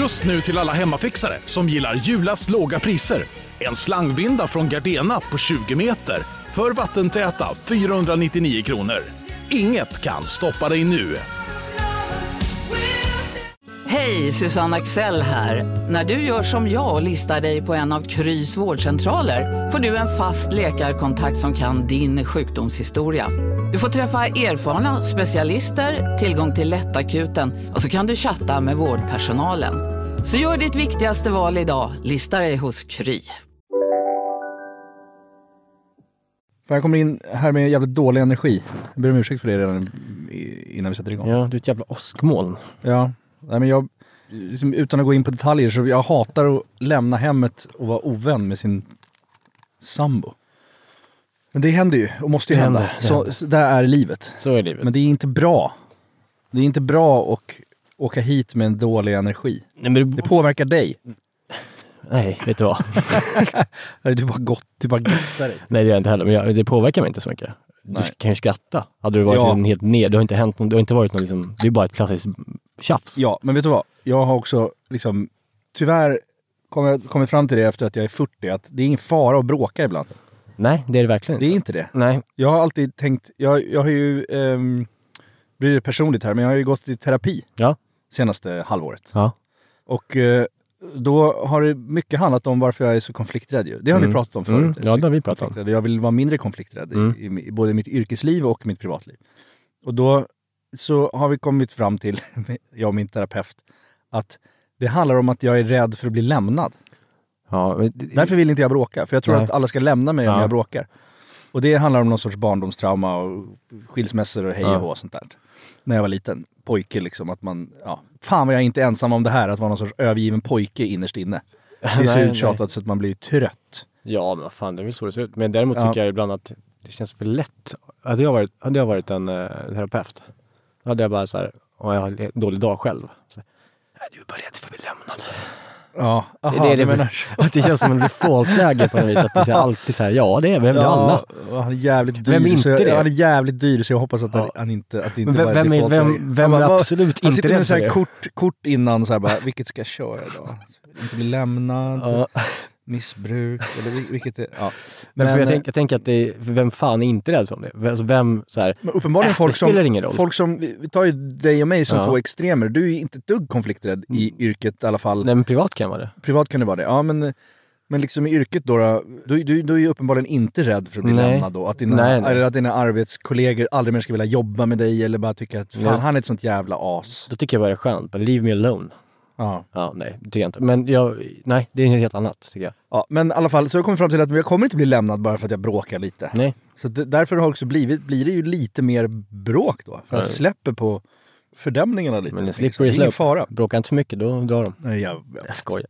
Just nu till alla hemmafixare som gillar julast låga priser. En slangvinda från Gardena på 20 meter för vattentäta 499 kronor. Inget kan stoppa dig nu. Hej, Susanne Axel här. När du gör som jag och listar dig på en av Krys vårdcentraler får du en fast läkarkontakt som kan din sjukdomshistoria. Du får träffa erfarna specialister, tillgång till lättakuten och så kan du chatta med vårdpersonalen. Så gör ditt viktigaste val idag, lista dig hos Kry. Jag kommer in här med jävligt dålig energi. Jag ber om ursäkt för det redan innan vi sätter igång. Ja, du är ett jävla åskmoln. Ja, nej, men jag, liksom, utan att gå in på detaljer, så jag hatar att lämna hemmet och vara ovän med sin sambo. Men det händer ju och måste ju hända. Så där är livet. Så är livet. Men det är inte bra. Det är inte bra att åka hit med en dålig energi. Nej, men det påverkar dig. Nej, vet du vad? Du bara gottar dig. Nej, det gör jag inte heller. Men det påverkar mig inte så mycket. Du kan ju skratta. Hade du varit helt ner, det har inte hänt något, det har inte varit något liksom, det är bara ett klassiskt tjafs. Ja, men vet du vad? Jag har också liksom, tyvärr kommit fram till det efter att jag är 40, att det är ingen fara att bråka ibland. Nej, det är det verkligen inte. Det är inte det. Nej. Jag har alltid tänkt, jag har ju, blir det personligt här, men jag har ju gått i terapi senaste halvåret. Ja. Och då har det mycket handlat om varför jag är så konflikträdd. Det har ni pratat om förut. Ja, det har vi pratat om. Jag vill vara mindre konflikträdd i både mitt yrkesliv och mitt privatliv. Och då så har vi kommit fram till, jag och min terapeut, att det handlar om att jag är rädd för att bli lämnad. Ja, därför vill inte jag bråka. För jag tror att alla ska lämna mig om jag bråkar. Och det handlar om någon sorts barndomstrauma och skilsmässor och hej och hå och sånt där. När jag var liten pojke liksom, att man, fan vad jag är inte ensam om det här, att vara någon sorts övergiven pojke innerst inne. Det är så uttjatat så att man blir trött. Ja, men vad fan, det är väl så det ser ut. Men däremot tycker jag ibland att det känns för lätt. Hade jag varit en terapeut, hade jag bara så här, och jag har en dålig dag själv. Så, nej, du är bara rädd för att bli lämnad. Ja, aha, det menar. Att det känns som en default-läge på något vis. Att det är alltid så här, ja det är vem alla. Han är jävligt dyr. Vem inte det? Han är jävligt dyr, så jag hoppas att han inte var ett default-läge. Vem är absolut inte det? Han sitter med så här kort innan så här bara, vilket ska jag köra idag? Inte bli lämnad, missbruk, eller vilket är... Ja. Men för jag tänker att det är, vem fan är inte rädd för det? Alltså vem så här, men uppenbarligen folk som, vi tar ju dig och mig som två extremer. Du är ju inte ett dugg konflikträdd i yrket i alla fall. Nej, men privat kan vara det. Privat kan det vara det, ja, men liksom i yrket då du är ju uppenbarligen inte rädd för att bli lämnad då. Att dina arbetskollegor aldrig mer ska vilja jobba med dig, eller bara tycka att fan, han är ett sånt jävla as. Då tycker jag bara det är skönt, but leave me alone. Ja, nej, det tycker jag inte. Men nej, det är helt annat tycker jag. Ja, men i alla fall så har jag kommit fram till att jag kommer inte bli lämnad bara för att jag bråkar lite. Nej. Så därför har också blir det ju lite mer bråk då. För jag släpper på fördämningarna lite. Men det slipper ingen fara. Bråkar inte för mycket, då drar de. Nej, jag skojar.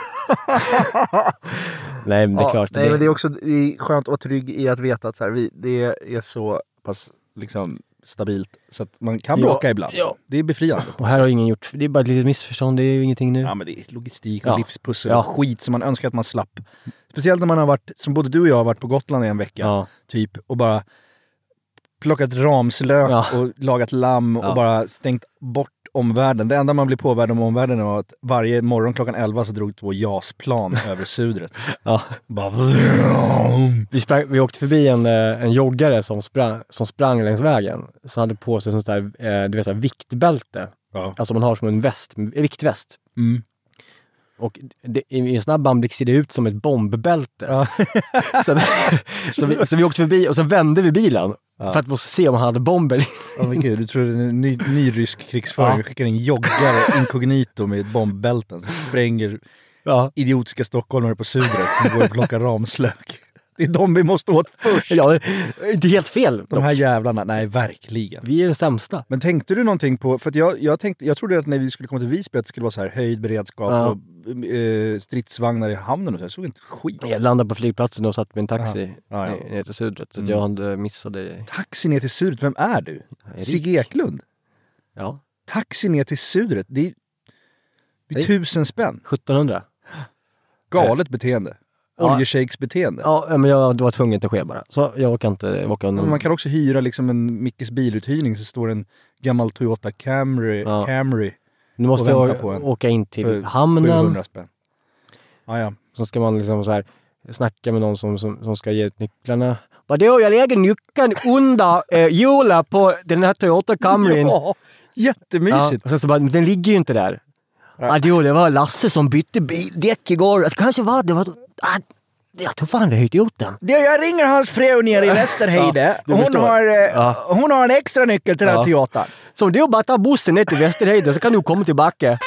Nej, men det är klart. Nej, men det är också skönt att vara trygg i att veta att så här, det är så pass liksom stabilt så att man kan bråka ibland. Ja. Det är befriande. Och här har ingen gjort, det är bara ett litet missförstånd, det är ju ingenting nu. Ja, men det är logistik och livspussel och skit som man önskar att man slapp. Speciellt när man har varit, som både du och jag har varit på Gotland i en vecka typ, och bara plockat ramslök och lagat lamm och bara stängt bort omvärlden. Det enda man blir påvärd om omvärlden var att varje morgon klockan 11 så drog 2 JAS-plan över Sudret. Bara... Vi åkte förbi en joggare som sprang längs vägen. Så hade på sig sånt där, du vet, så här viktbälte. Alltså man har som en viktväst. Mm. Och i en snabb anblick ser det ut som ett bombbälte. Så vi åkte förbi och sen vände vi bilen. För att få se om han hade bomber. Men gud, du tror det är en ny rysk krigsförare skickar en joggare inkognito med ett bombbälten som spränger idiotiska stockholmare på Sudret som går och plockar ramslök. Det är de vi måste åt först. Ja, det är helt fel. De här jävlarna, nej verkligen. Vi är de sämsta. Men tänkte du någonting på, för att jag trodde att när vi skulle komma till Visby att det skulle vara så här höjd beredskap och stridsvagnar i hamnen och så. Jag såg inte skit. Jag landade på flygplatsen och satt med en taxi ner till Sudret, så jag hade missat det. Taxi ner till Sudret, vem är du? Sigge Eklund? Ja. Taxi ner till Sudret, det är 1000 spänn. 1700. Galet beteende. Oljeshakes beteende. Ja, men jag var tvungen att ske bara. Så jag kan inte åka under. Man kan också hyra liksom en Mickes biluthyrning, så står en gammal Toyota Camry Du måste åka in till hamnen. 700 spänn. Ja. Så ska man liksom så här snacka med någon som ska ge ut nycklarna. Vadå, jag lägger nyckeln under hjulet på den här Toyota Camryn. Ja, jättemysigt. Ja, och sen så bara, den ligger ju inte där. Vadå, det var Lasse som bytte däck igår. Det kanske var det. Jag tror fan vi har gjort den. Jag ringer hans fru nere i Västerhejde. Hon har en extra nyckel till den här Toyota. Så om du bara tar bussen ner till Västerhejde så kan du komma tillbaka.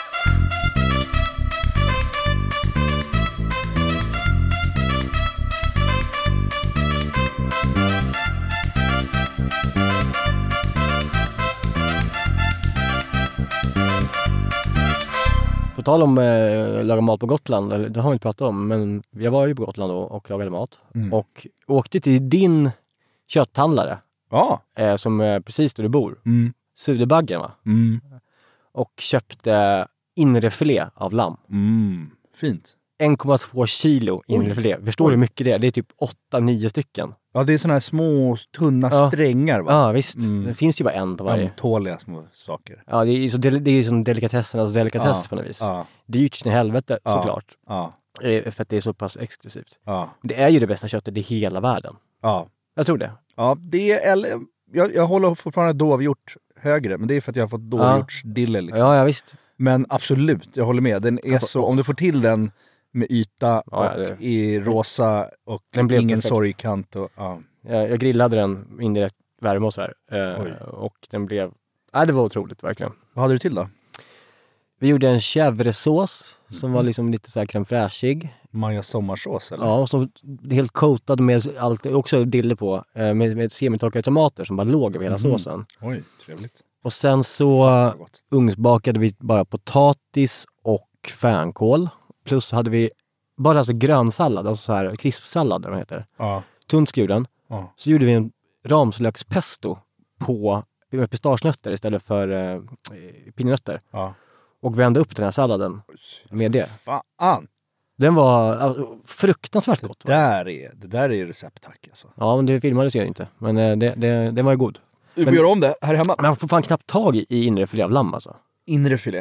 På tal om laga mat på Gotland, eller det har vi inte pratat om, men jag var ju på Gotland och lagade mat. Och åkte till din kötthandlare. Ja. Som är precis där du bor. Sudebaggen, va? Och köpte inrefilé av lamm. Fint. 1,2 kilo inrefilé. Förstår du hur mycket det är? Det är typ 8-9 stycken. Ja, det är såna här små, tunna strängar, va? Ja, visst. Det finns ju bara en på varje. Ömtåliga små saker. Ja, det är ju som delikatessernas delikatess på något vis. Ja. Det är ju till helvete, såklart. Ja. För att det är så pass exklusivt. Ja. Det är ju det bästa köttet i hela världen. Ja. Jag tror det. Ja, jag håller fortfarande dovhjort högre, men det är för att jag har fått dovhjortsdille. Liksom. Ja, visst. Men absolut, jag håller med. Den är alltså, så, om du får till den med yta och i rosa och ingen sorgkant. Och, jag grillade den indirekt värme och sådär. Och den blev... det var otroligt, verkligen. Vad hade du till då? Vi gjorde en chèvresås som var liksom lite så här crème fraîchig. Maja sommarsås, eller? Ja, och så helt coatad med allt, också dille på, med semitorkade tomater som bara låg över hela såsen. Oj, trevligt. Och sen så ugnsbakade vi bara potatis och fänkål. Plus så hade vi bara alltså grönsallad, alltså så här krispsallad, vad heter. Ja. Tunt skuren. Ja. Så gjorde vi en ramslökspesto med pistagenötter istället för pinjenötter. Ja. Och vände upp den här salladen med det. Fan! Den var fruktansvärt gott. Det där är recept, tack alltså. Ja, men det filmades ju inte. Men det var ju god. Du får göra om det här hemma. Man får fan knappt tag i inrefilé av lamm alltså. Innerfilé.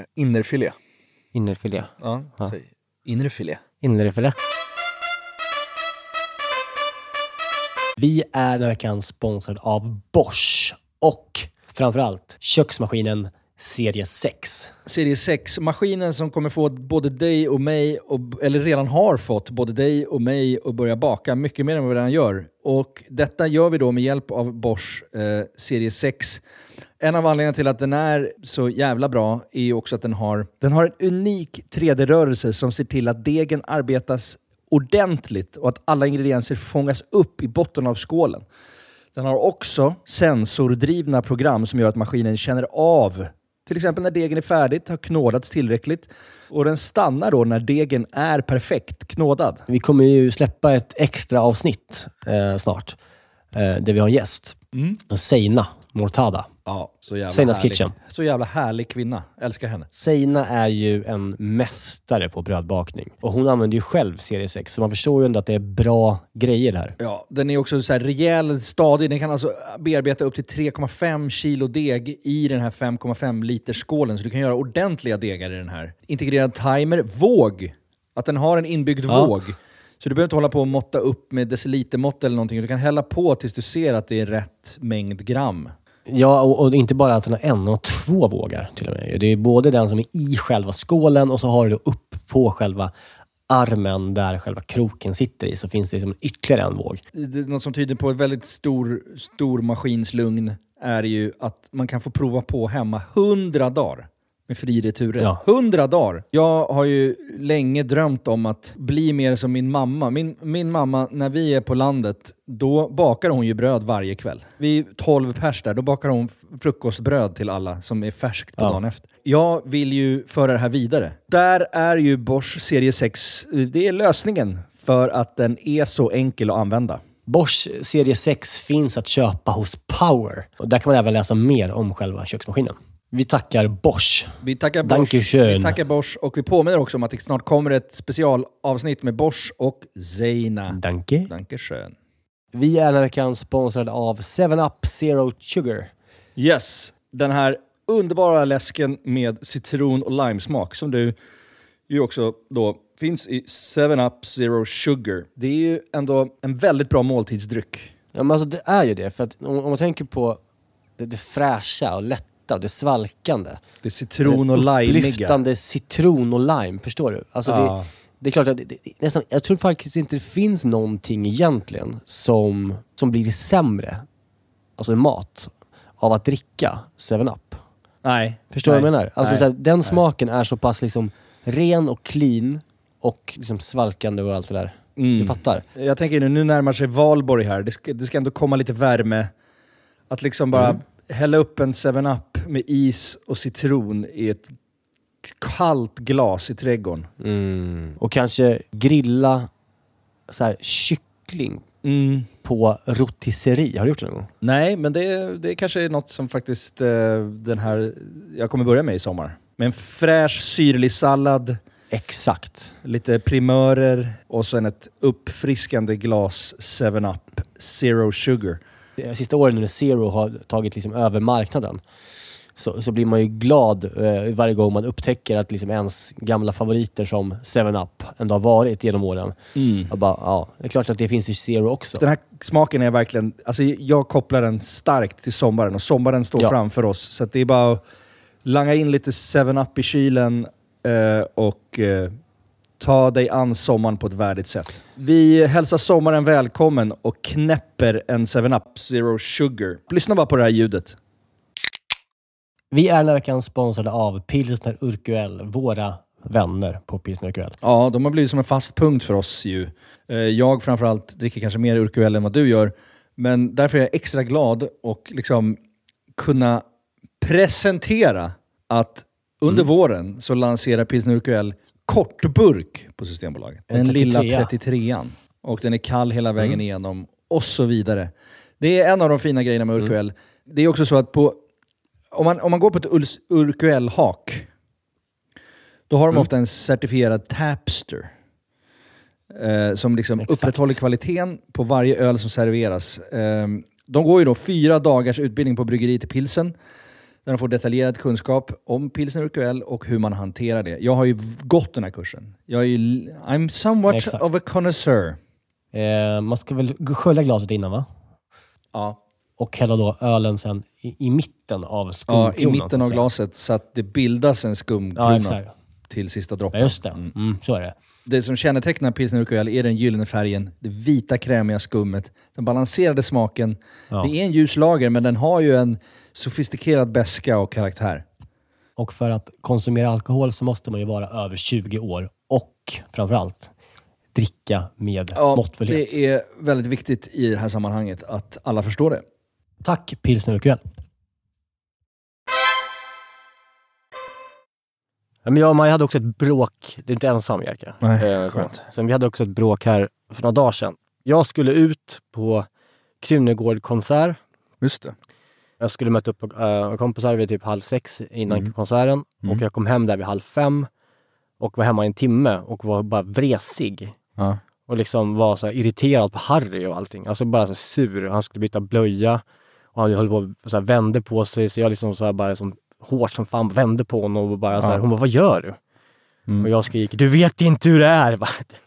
Ja. Innerfilé. Vi är den här veckan sponsrad av Bosch och framförallt köksmaskinen Serie 6. Serie 6, maskinen som kommer få både dig och mig, eller redan har fått både dig och mig att börja baka mycket mer än vad vi redan gör. Och detta gör vi då med hjälp av Bosch Serie 6. En av anledningarna till att den är så jävla bra är ju också att den har en unik 3D-rörelse som ser till att degen arbetas ordentligt och att alla ingredienser fångas upp i botten av skålen. Den har också sensordrivna program som gör att maskinen känner av till exempel när degen är färdigt, har knådats tillräckligt. Och den stannar då när degen är perfekt knådad. Vi kommer ju släppa ett extra avsnitt snart. Där vi har en gäst. Seina Mortada. Ja, så jävla Seinas härlig. Kitchen. Så jävla härlig kvinna. Älskar henne. Seina är ju en mästare på brödbakning. Och hon använder ju själv Serie 6. Så man förstår ju ändå att det är bra grejer här. Ja, den är också så här rejäl, stadig. Den kan alltså bearbeta upp till 3,5 kilo deg i den här 5,5 liters skålen. Så du kan göra ordentliga degar i den här. Integrerad timer. Våg. Att den har en inbyggd våg. Så du behöver inte hålla på och måtta upp med decilitermått eller någonting. Du kan hälla på tills du ser att det är rätt mängd gram. Ja, och inte bara att den har en och två vågar till och med. Det är både den som är i själva skålen och så har du upp på själva armen där själva kroken sitter i, så finns det liksom ytterligare en våg. Något som tyder på ett väldigt stor maskinslugn är ju att man kan få prova på hemma 100 dagar. Med fri returen. Ja. 100 dagar. Jag har ju länge drömt om att bli mer som min mamma. Min mamma, när vi är på landet, då bakar hon ju bröd varje kväll. Vi är 12 pers där, då bakar hon frukostbröd till alla som är färskt på dagen efter. Jag vill ju föra det här vidare. Där är ju Bosch Serie 6, det är lösningen för att den är så enkel att använda. Bosch Serie 6 finns att köpa hos Power. Och där kan man även läsa mer om själva köksmaskinen. Vi tackar Bosch. Vi tackar Bosch. Dankeschön. Vi tackar Bosch och vi påminner också om att det snart kommer ett specialavsnitt med Bosch och Seina. Dankeschön. Vi är den här veckan sponsrade av 7up Zero Sugar. Yes, den här underbara läsken med citron och limesmak som du ju också då finns i 7-Up Zero Sugar. Det är ju ändå en väldigt bra måltidsdryck. Ja, men alltså det är ju det. För att om man tänker på det fräscha och lätta och det svalkande. Det är citron och lime. Upplyftande citron och lime, förstår du? Alltså det är klart att nästan, jag tror faktiskt inte det finns någonting egentligen som blir sämre, alltså mat, av att dricka 7-Up. Nej. Förstår du vad jag menar? Alltså så här, den smaken är så pass liksom ren och clean och liksom svalkande och allt det där. Du fattar? Jag tänker nu närmar sig Valborg här. Det ska ändå komma lite värme. Att liksom bara hälla upp en 7-Up med is och citron i ett kallt glas i trädgården. Och kanske grilla så här kyckling på rotisserie. Har du gjort det någon gång? Nej, men det kanske är något som faktiskt jag kommer börja med i sommar. Med en fräsch syrlig sallad. Exakt. Lite primörer och sen ett uppfriskande glas 7-Up Zero Sugar. Sista åren när Zero har tagit liksom över marknaden så blir man ju glad varje gång man upptäcker att liksom ens gamla favoriter som 7-Up ändå har varit genom åren. Och bara, det är klart att det finns i Zero också. Den här smaken är verkligen... Alltså jag kopplar den starkt till sommaren och sommaren står framför oss. Så att det är bara att langa in lite 7-Up i kylen och ta dig an sommaren på ett värdigt sätt. Vi hälsar sommaren välkommen och knäpper en 7-Up Zero Sugar. Lyssna bara på det här ljudet. Vi är den här veckan sponsrade av Pilsner Urquell, våra vänner på Pilsner Urquell. Ja, de har blivit som en fast punkt för oss ju. Jag framförallt dricker kanske mer Urquell än vad du gör. Men därför är jag extra glad och liksom kunna presentera att under våren så lanserar Pilsner Urquell kortburk på Systembolaget. Den lilla 33an. Och den är kall hela vägen igenom och så vidare. Det är en av de fina grejerna med Urquell. Det är också så att om man går på ett Urquell-hak då har de ofta en certifierad tapster som liksom upprätthåller kvaliteten på varje öl som serveras. De går ju då 4 dagars utbildning på bryggeriet i Pilsen där de får detaljerad kunskap om Pilsner Urquell och hur man hanterar det. Jag har ju gått den här kursen. I'm somewhat of a connoisseur. Man ska väl skölja glaset innan, va? Ja. Och hälla då ölen sen i mitten av skumkronan. Ja, i mitten av glaset så att det bildas en skumkrona till sista droppen. Ja, just det. Så är det. Det som kännetecknar Pilsner Urquell är den gyllene färgen, det vita krämiga skummet, den balanserade smaken. Ja. Det är en ljus lager men den har ju en sofistikerad beska och karaktär. Och för att konsumera alkohol så måste man ju vara över 20 år och framförallt dricka med måttfullhet. Det är väldigt viktigt i det här sammanhanget att alla förstår det. Tack Pilsner Urquell. Ja, men jag och Maja hade också ett bråk. Det är inte ensam, Jerka. Nej, så vi hade också ett bråk här för några dagar sedan. Jag skulle ut på Krunegård-konsert. Just det. Jag skulle möta upp kompisar vid typ 5:30 innan konserten. Och jag kom hem där vid 4:30. Och var hemma i en timme. Och var bara vresig. Ja. Och liksom var så här irriterad på Harry och allting. Alltså bara så sur. Han skulle byta blöja. Och han höll på så här, vände på sig. Så jag liksom så här bara som hårt som fan vände på honom. Och bara så här, hon bara, vad gör du? Och jag skrek, du vet inte hur det är.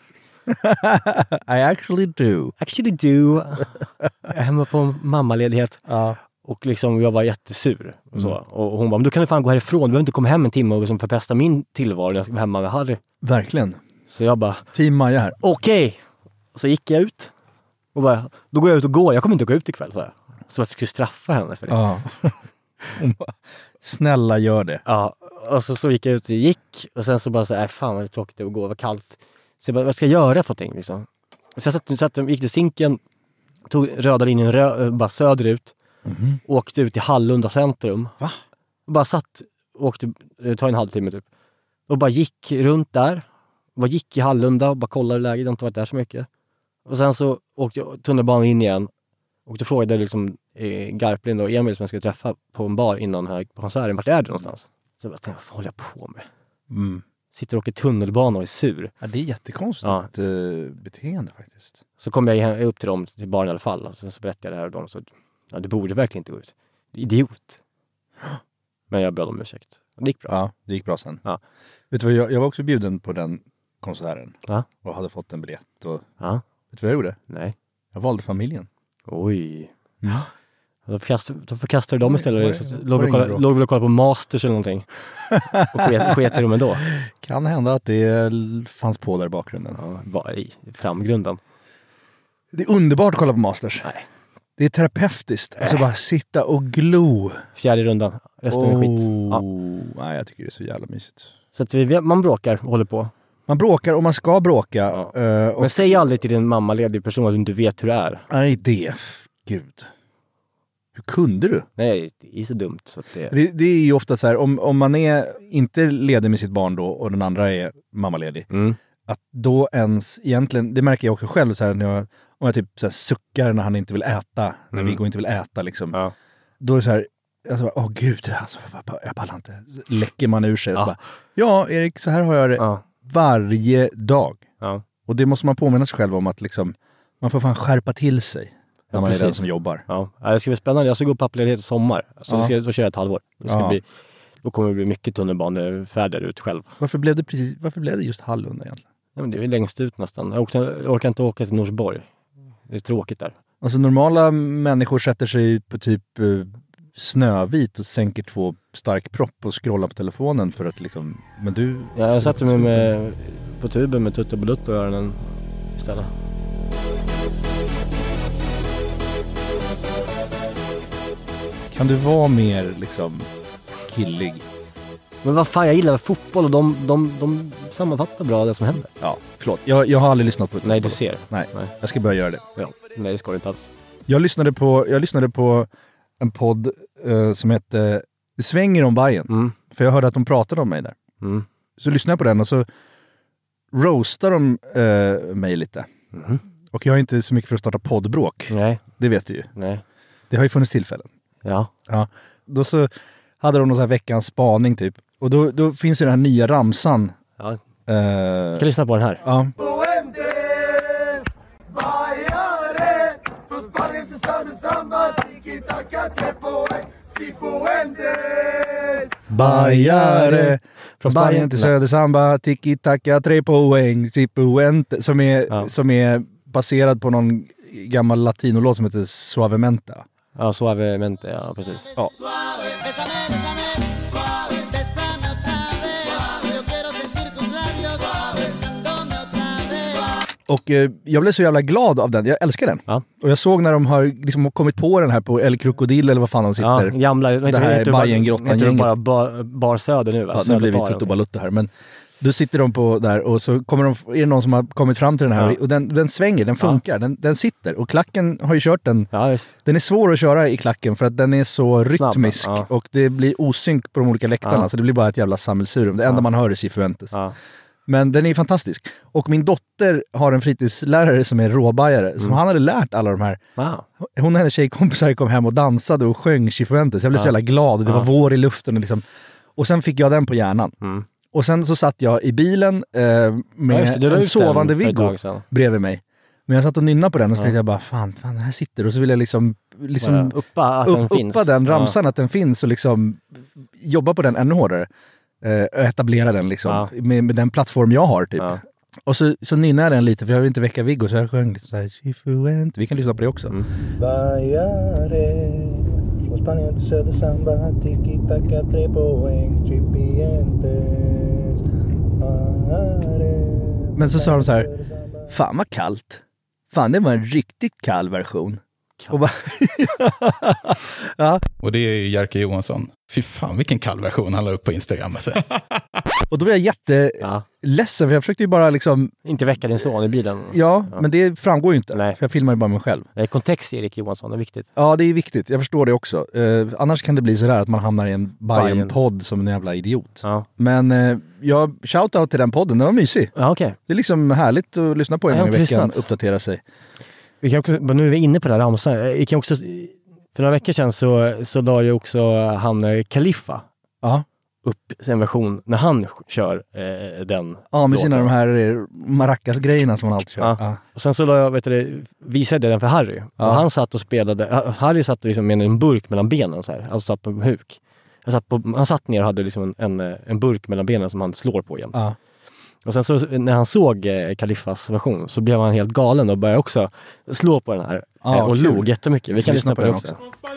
I actually do. Jag är hemma på mammaledighet. Ja. Och liksom jag var jättesur. Och, så. Och hon bara, men du kan ju fan gå härifrån. Du behöver inte komma hem en timme och liksom förpesta min tillvaro. Jag ska vara hemma med Harry. Verkligen. Så jag bara, Team Maja här. Okej. Så gick jag ut. Och bara, då går jag ut och går. Jag kommer inte gå ut ikväll, så jag. Så att jag skulle straffa henne för det. Ja. Snälla gör det. Ja. Och så gick jag ut och gick. Och sen så bara så här, fan vad det är tråkigt att gå. Det var kallt. Så jag bara, vad ska jag göra för någonting liksom? Så jag gick till Zinken. Tog röda linjen bara söderut. Åkte ut till Hallunda centrum. Va? Bara åkte, ta en halvtimme typ. Och bara gick runt där. Bara gick i Hallunda och bara kollade läget. Jag har inte varit där så mycket. Och sen så åkte jag tunnelbanan in igen. Och då frågade jag liksom Garplind och Emil som jag skulle träffa på en bar innan här på konserten. Vart är det någonstans? Så jag bara tänkte, vad håller jag på med? Sitter och åker tunnelbana och är sur. Ja, det är jättekonstigt beteende faktiskt. Så kom jag upp till dem, till baren i alla fall. Och sen så berättade jag det här och de så, ja, du borde verkligen inte gå ut. Idiot. Men jag bad om ursäkt. Det gick bra. Ja, det gick bra sen. Ja. Vet du vad, jag var också bjuden på den konserten. Ja. Och hade fått en biljett. Och, Ja. vet du vad jag gjorde? Nej. Jag valde familjen. Oj. Mm. Då förkastade de istället. Låg väl och kolla på Masters eller någonting. Och sket i dem ändå. Kan hända att det fanns på där i bakgrunden. Ja, var i framgrunden. Det är underbart att kolla på Masters. Nej. Det är terapeutiskt. Alltså bara sitta och glo. 4:e rundan. Resten är skit. Ja. Nej, jag tycker det är så jävla mysigt. Så att man bråkar och håller på. Man bråkar och man ska bråka. Ja. Men säg aldrig till din mammaledig person att du inte vet hur det är. Nej, Gud. Hur kunde du? Nej, det är så dumt. Så att Det är ju ofta så här, om man är inte ledig med sitt barn då och den andra är mammaledig. Att då ens, egentligen, det märker jag också själv så här, om jag typ så här suckar när han inte vill äta, när Viggo inte vill äta liksom. Ja. Då är det så här, alltså, gud, alltså, jag pallar inte. Läcker man ur sig och så bara, ja Erik, så här har jag det varje dag. Ja. Och det måste man påminna sig själv om att liksom, man får fan skärpa till sig. När man är den som jobbar. Ja, det ska bli spännande. Jag ska gå på pappaledighet i sommar. Så då kör jag ett halvår. Då kommer det bli mycket tunnelbanefärder ut själv. Varför blev det just Hallunda egentligen? Ja, men det är längst ut nästan. Jag orkar inte åka till Norsborg. Det är tråkigt där. Alltså normala människor sätter sig på typ Snövit och sänker 2 stark propp och scrollar på telefonen för att liksom... Men du... Ja, jag satte mig på tuben med Tutto Blutt och öronen istället. Kan du vara mer liksom killig? Men vad fan, jag gillar fotboll och de sammanfattar bra det som händer. Ja, förlåt. Jag har aldrig lyssnat på det. Nej, du ser. Nej, jag ska börja göra det. Ja. Nej, det ska du inte alls. Jag lyssnade på en podd som heter Det svänger om Bajen. För jag hörde att de pratade om mig där. Så lyssnade jag på den och så roastar de mig lite. Och jag är inte så mycket för att starta poddbråk. Nej. Det vet du ju. Nej. Det har ju funnits tillfällen. Ja. Då så hade de någon så här veckans spaning typ. Och då finns ju den här nya ramsan. Ja. Jag kan lyssna på den här. Ja. Bajare från Bajen till Södersamba, tiki-taka 3 poäng, Cifuentes, som är baserad på någon gammal latinolåt som heter Suavemente. Ja, Suavemente, ja precis. Ja. Och jag blev så jävla glad av den. Jag älskar den. Ja. Och jag såg när de har liksom kommit på den här på El Crocodile eller vad fan de sitter. Ja, gamla. Det här Bajengrottan-gänget. Heter bara Bar Söder nu va? Ja, nu blir vi Tutto Balutto här. Men då sitter de på där och så är det någon som har kommit fram till den här. Ja. Och den svänger, den funkar, den sitter. Och klacken har ju kört den. Ja, den är svår att köra i klacken för att den är så rytmisk. Ja. Och det blir osynk på de olika läktarna. Så det blir bara ett jävla sammelsurium. Det enda man hör är Cifuentes. Ja. Men den är fantastisk. Och min dotter har en fritidslärare som är råbajare. Som han hade lärt alla de här. Wow. Hon och hennes tjejkompisar kom hem och dansade och sjöng Cifuentes. Jag blev så jävla glad. Det var vår i luften. Och, liksom. Och sen fick jag den på hjärnan. Och sen så satt jag i bilen med en sovande Viggo bredvid mig. Men jag satt och nynnade på den och så tänkte jag bara, fan, den här sitter. Och så vill jag liksom uppa den ramsan att den finns och liksom jobba på den ännu hårdare. Etablera den liksom med den plattform jag har typ. Och så nynnade jag den lite för jag vill inte väcka Viggo så jag sjöng lite så här. Vi kan lyssna på det också. Bajare från Spanien till Södersamba, tiki-taka 3 poäng, Cifuentes. Men så sa de så här, fan vad kallt. Fan, det var en riktigt kall version. Och, bara, ja. Och det är ju Jerker Johansson. Fy fan, vilken kall version han la upp på Instagram. Alltså. Och då var jag jätteledsen för jag försökte ju bara liksom... Inte väcka din son i bilen. Ja, men det framgår ju inte. Nej. För jag filmar ju bara mig själv. Det är kontext, Erik Johansson, det är viktigt. Ja, det är viktigt. Jag förstår det också. Annars kan det bli sådär att man hamnar i en Bajen-podd som en jävla idiot. Ja. Men shoutout till den podden, den var mysig. Ja, okay. Det är liksom härligt att lyssna på en gång i veckan, uppdatera sig. Vi kan också, nu är vi inne på det här ramsan. Vi kan också, för några veckor sedan så la ju också han Khalifa upp en version när han kör den. Ja, med sina de här maracas-grejerna som han alltid kör. Ja. Och sen så la jag, visade den för Harry. Och han satt och spelade, Harry satt liksom med en burk mellan benen så här. Alltså satt på huk. Han satt ner och hade liksom en burk mellan benen som han slår på igen. Och sen så när han såg Kaliffas version så blev han helt galen och började också slå på den här och log jättemycket. Vi kan lyssna på det också.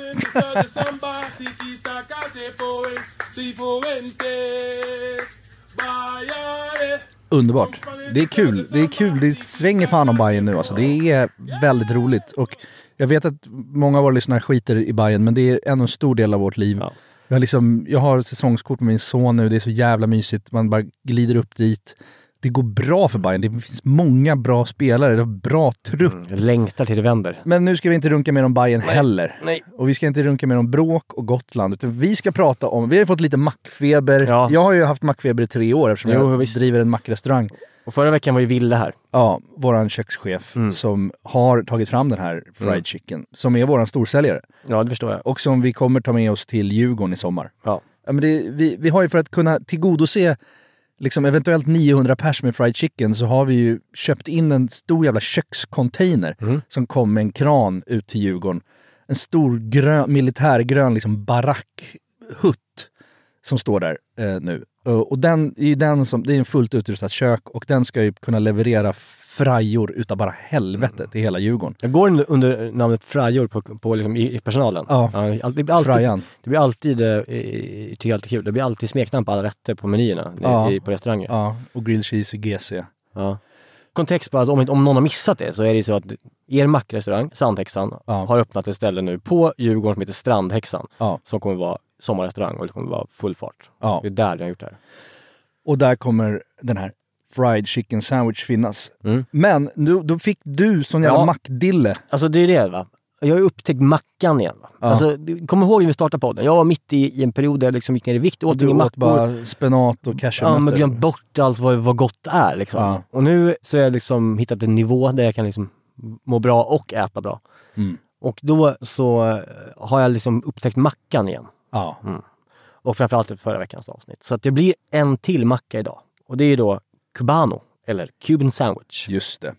Underbart. Det är kul. Det svänger fan om Bayern nu alltså. Det är väldigt roligt. Och jag vet att många av våra lyssnare skiter i Bayern, men det är ändå en stor del av vårt liv. Ja. Jag har säsongskort med min son nu. Det är så jävla mysigt. Man bara glider upp dit. Det går bra för Bayern. Det finns många bra spelare. Det är bra trupp. Jag längtar till det vänder. Men nu ska vi inte runka mer om Bayern heller. Nej. Och vi ska inte runka mer om bråk och Gotland. Utan vi ska prata om... Vi har fått lite mackfeber. Ja. Jag har ju haft mackfeber i 3 år eftersom jag driver en mackrestaurang. Och förra veckan var ju Ville här. Ja, våran kökschef som har tagit fram den här fried chicken. Som är våran storsäljare. Ja, det förstår jag. Och som vi kommer ta med oss till Djurgården i sommar. Ja. Men vi har ju för att kunna tillgodose liksom eventuellt 900 pers med fried chicken så har vi ju köpt in en stor jävla kökscontainer som kom med en kran ut till Djurgården. En stor militärgrön liksom barackhutt som står där nu. Och det är en fullt utrustat kök och den ska ju kunna leverera frajor utav bara helvetet till hela Djurgården. Jag går under namnet frajor på liksom i personalen. Ja, Frajan. Det blir alltid, tycker jag alltid kul, det blir alltid smeknamn på alla rätter på menyerna på restauranger. Ja, och grilled cheese i GC. Ja. Kontext på att om någon har missat det så är det så att er mackrestaurang, Sandhäxan, har öppnat ett ställe nu på Djurgården som heter Strandhäxan. Som kommer vara sommarrestaurang och det kommer vara full fart. Ja. Det är där jag har gjort det här. Och där kommer den här fried chicken sandwich finnas. Men då fick du sån jävla mackdille. Alltså det är det va. Jag har ju upptäckt mackan igen va. Alltså, kom ihåg när vi startade podden. Jag var mitt i en period där jag liksom gick ner i vikt. Och du åt bara spenat och cashewnötter. Ja, men glömt bort allt vad gott är liksom. Ja. Och nu så har jag liksom hittat en nivå där jag kan liksom må bra och äta bra. Och då så har jag liksom upptäckt mackan igen. Ja. Och framförallt förra veckans avsnitt. Så att det blir en till macka idag. Och det är då Cubano, eller Cuban sandwich. Just det.